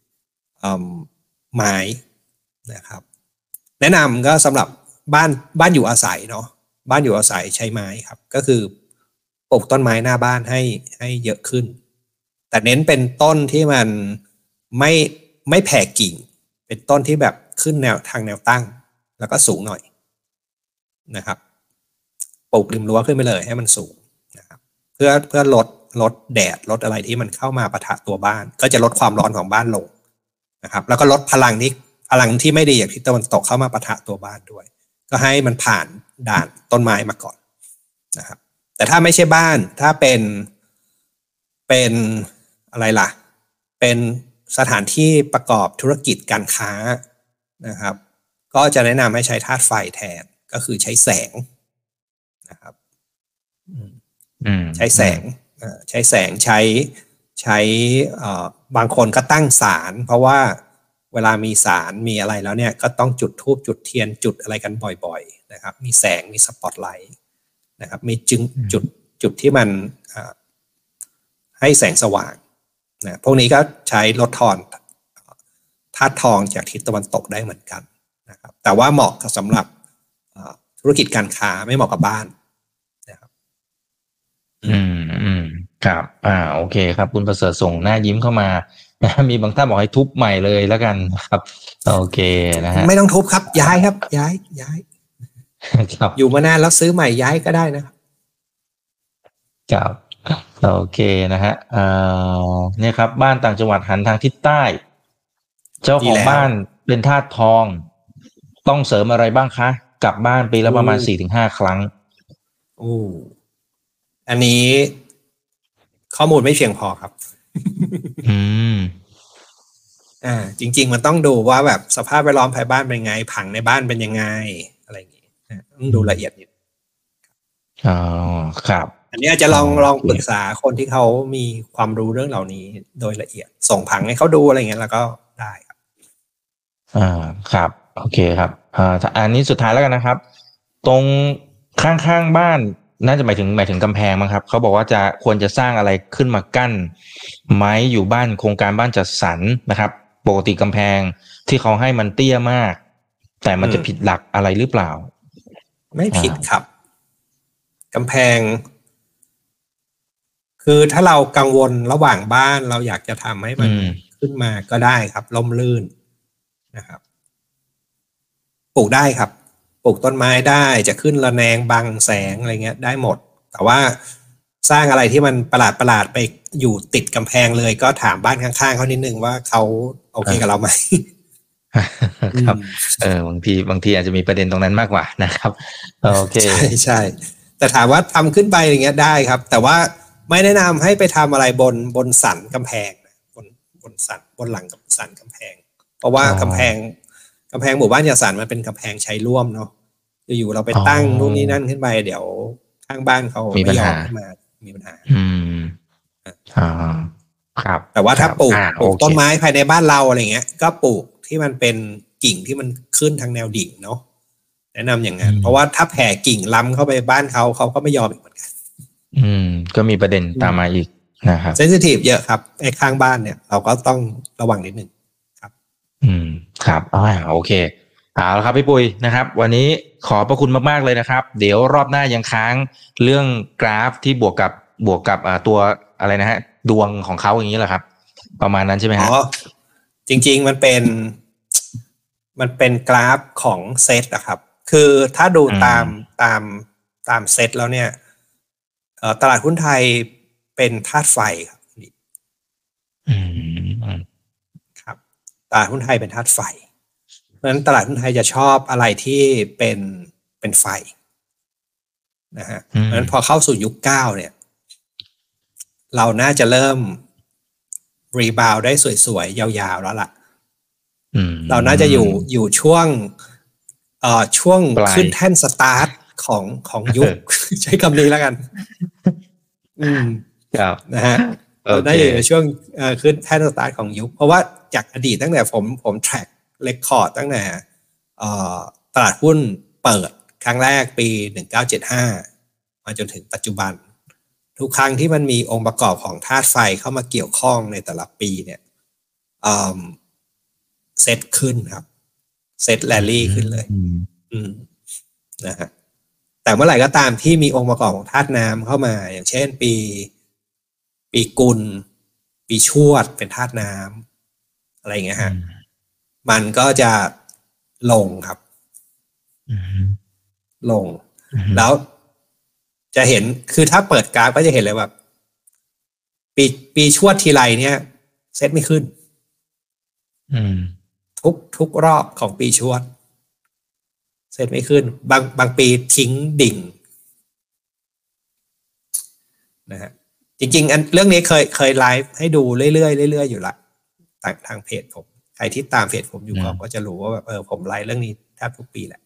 ไม้นะครับแนะนำก็สำหรับบ้านอยู่อาศัยเนาะบ้านอยู่อาศัยใช้ไม้ครับก็คือปลูกต้นไม้หน้าบ้านให้เยอะขึ้นแต่เน้นเป็นต้นที่มันไม่แผ่กิ่งเป็นต้นที่แบบขึ้นทางแนวตั้งแล้วก็สูงหน่อยนะครับปลูกริมรั้วขึ้นไปเลยให้มันสูงนะครับเพื่อลดแดดลดอะไรที่มันเข้ามาปะทะตัวบ้านก็จะลดความร้อนของบ้านลงนะครับแล้วก็ลดพลังที่ไม่ดีอย่างทิศตะวันตกเข้ามาปะทะตัวบ้านด้วยก็ให้มันผ่านด่านต้นไม้มาก่อนนะครับแต่ถ้าไม่ใช่บ้านถ้าเป็นอะไรล่ะเป็นสถานที่ประกอบธุรกิจการค้านะครับก็จะแนะนำให้ใช้ธาตุไฟแทนก็คือใช้แสงนะครับใช้แสงใช้บางคนก็ตั้งศาลเพราะว่าเวลามีศาลมีอะไรแล้วเนี่ยก็ต้องจุดธูปจุดเทียนจุดอะไรกันบ่อยๆนะครับมีแสงมีสปอตไลท์นะครับมีจุดที่มันให้แสงสว่างนะพวกนี้ก็ใช้ลดทอนธาตุทองจากทิศตะวันตกได้เหมือนกันนะครับแต่ว่าเหมาะกับสำหรับธุรกิจการค้าไม่เหมาะกับบ้านนะครับครับโอเคครับคุณประเสริฐส่งหน้ายิ้มเข้ามานะมีบางท่านบอกให้ทุบใหม่เลยแล้วกันครับโอเคนะฮะไม่ต้องทุบครับย้ายครับย้ายครับอยู่มานานแล้วซื้อใหม่ย้ายก็ได้นะครับครับโอเคนะฮะเนี่ยครับบ้านต่างจังหวัดหันทางทิศใต้เจ้าของบ้านเป็นธาตุทองต้องเสริมอะไรบ้างคะกลับบ้านปีละประมาณ 4-5 ครั้งอันนี้ข้อมูลไม่เพียงพอครับจริงๆมันต้องดูว่าแบบสภาพแวดล้อมภายบ้านเป็นไงผังในบ้านเป็นยังไงอะไรอย่างงี้ต้องดูละเอียดนิดครับอันนี้อาจจะลองปรึกษาคนที่เขามีความรู้เรื่องเหล่านี้โดยละเอียดส่งผังให้เขาดูอะไรเงี้ยแล้วก็ได้ครับครับโอเคครับอันนี้สุดท้ายแล้วกันนะครับตรงข้างๆบ้านน่าจะหมายถึงกำแพงมั้งครับเขาบอกว่าควรจะสร้างอะไรขึ้นมากั้นไม้อยู่บ้านโครงการบ้านจัดสรรนะครับปกติกำแพงที่เขาให้มันเตี้ยมากแต่มันจะผิดหลักอะไรหรือเปล่าไม่ผิดครับกำแพงคือถ้าเรากังวลระหว่างบ้านเราอยากจะทำให้มันขึ้นมาก็ได้ครับร่มรื่นนะครับปลูกได้ครับปลูกต้นไม้ได้จะขึ้นระแนงบังแสงอะไรเงี้ยได้หมดแต่ว่าสร้างอะไรที่มันประหลาดไปอยู่ติดกำแพงเลยก็ถามบ้านข้างๆเขานิดนึงว่าเขาโอเคกับเราไหมครับบางทีอาจจะมีประเด็นตรงนั้นมากกว่านะครับโอเคใช่แต่ถามว่าทำขึ้นไปอย่างเงี้ยได้ครับแต่ว่าไม่แนะนำให้ไปทำอะไรบนสันกำแพงบนสันบนหลังสันกำแพงเพราะว่ากำแพงหมู่บ้านจัดสรรมันเป็นกำแพงใช้ร่วมเนาะอยู่เราไปตั้งนู่นนี่นั่นขึ้นไปเดี๋ยวข้างบ้านเขาไม่ยอมมามีปัญหาครับแต่ว่าถ้าปลูกต้นไม้ภายในบ้านเราอะไรเงี้ยก็ปลูกที่มันเป็นกิ่งที่มันขึ้นทางแนวดิ่งเนาะแนะนำอย่างนั้นเพราะว่าถ้าแผ่กิ่งล้ำเข้าไปบ้านเขาก็ไม่ยอมอีกเหมือนกันก็มีประเด็นตามมาอีกนะครับเซนซิทีฟเยอะครับไอ้ข้างบ้านเนี่ยเราก็ต้องระวังนิดนึงครับครับโอเคเอาละครับพี่ปุ้ยนะครับวันนี้ขอบพระคุณมากๆเลยนะครับเดี๋ยวรอบหน้ายังค้างเรื่องกราฟที่บวกกับตัวอะไรนะฮะดวงของเขาอย่างนี้แหละครับประมาณนั้นใช่ไหมฮะจริงๆมันเป็นกราฟของเซตนะครับคือถ้าดูตามเซตแล้วเนี่ยตลาดหุ้นไทยเป็นธาตุไฟครับตลาดหุ้นไทยเป็นธาตุไฟเพราะฉะนั้นตลาดหุ้นไทยจะชอบอะไรที่เป็นไฟนะฮะเพราะฉะนั้นพอเข้าสู่ยุค9เนี่ยเราน่าจะเริ่มรีบาวได้สวยๆยาวๆแล้วล่ะเราน่าจะอยู่ช่วงขึ้นแท่นสตาร์ทของยุค ใช้คำนี้แล้วกันครับนะฮะเราได้อยู่ในช่วงขึ้นแท่นสตาร์ทของยุคเพราะว่าจากอดีตตั้งแต่ผมแทร็กเรคคอร์ดตั้งแต่ตลาดหุ้นเปิดครั้งแรกปี1975มาจนถึงปัจจุบันทุกครั้งที่มันมีองค์ประกอบของธาตุไฟเข้ามาเกี่ยวข้องในแต่ละปีเนี่ยเซตขึ้นครับเซตแรลลี่ขึ้นเลยนะฮะแต่เมื่อไหร่ก็ตามที่มีองค์ประกอบของธาตุน้ำเข้ามาอย่างเช่นปีกุลปีชวดเป็นธาตุน้ำอะไรอย่างเงี้ยฮะมันก็จะลงครับลงแล้วจะเห็นคือถ้าเปิดกราฟก็จะเห็นเลยแบบปีชวดทีไรเนี่ยเซตไม่ขึ้นทุกรอบของปีชวดเซตไม่ขึ้นบางปีทิ้งดิ่งนะฮะจริงๆเรื่องนี้เคยไลฟ์ให้ดูเรื่อยๆอยู่ละทางเพจผมใครที่ตามเพจผมอยู่ก็จะรู้ว่าแบบผมไลฟ์เรื่องนี้แทบทุกปีแหละ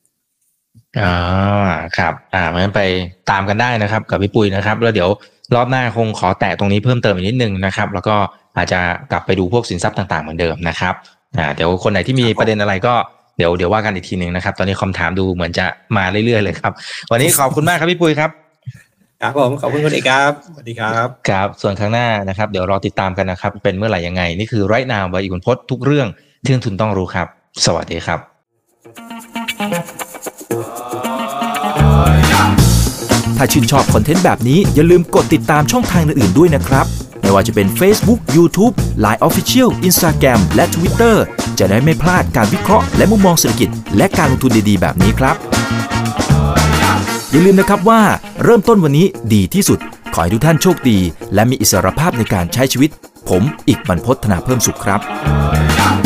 ครับงั้นไปตามกันได้นะครับกับพี่ปุ้ยนะครับแล้วเดี๋ยวรอบหน้าคงขอแตะตรงนี้เพิ่มเติมอีกนิดนึงนะครับแล้วก็อาจจะกลับไปดูพวกสินทรัพย์ต่างๆเหมือนเดิมนะครับเดี๋ยวคนไหนที่มีประเด็นอะไรก็เดี๋ยวว่ากันอีกทีนึงนะครับตอนนี้คำถามดูเหมือนจะมาเรื่อยๆเลยครับวันนี้ขอบคุณมากครับพี่ปุ้ยครับครับผมขอบคุณคุณเอกครับสวัสดีครับครับส่วนครั้งหน้านะครับเดี๋ยวรอติดตามกันนะครับเป็นเมื่อไหร่ยังไงนี่คือ Right Now บายอีกขุนพจน์ทุกเรื่องที่นักทุนต้องรู้ครับสวัสดีครับถ้าชื่นชอบคอนเทนต์แบบนี้อย่าลืมกดติดตามช่องทางอื่นๆด้วยนะครับไม่ว่าจะเป็น Facebook, YouTube, Line Official, Instagram และ Twitter จะได้ไม่พลาดการวิเคราะห์และมุมมองเศรษฐกิจและการลงทุนดีๆแบบนี้ครับอย่าลืมนะครับว่าเริ่มต้นวันนี้ดีที่สุดขอให้ทุกท่านโชคดีและมีอิสรภาพในการใช้ชีวิตผมอีกบรรพต ธนาเพิ่มสุขครับ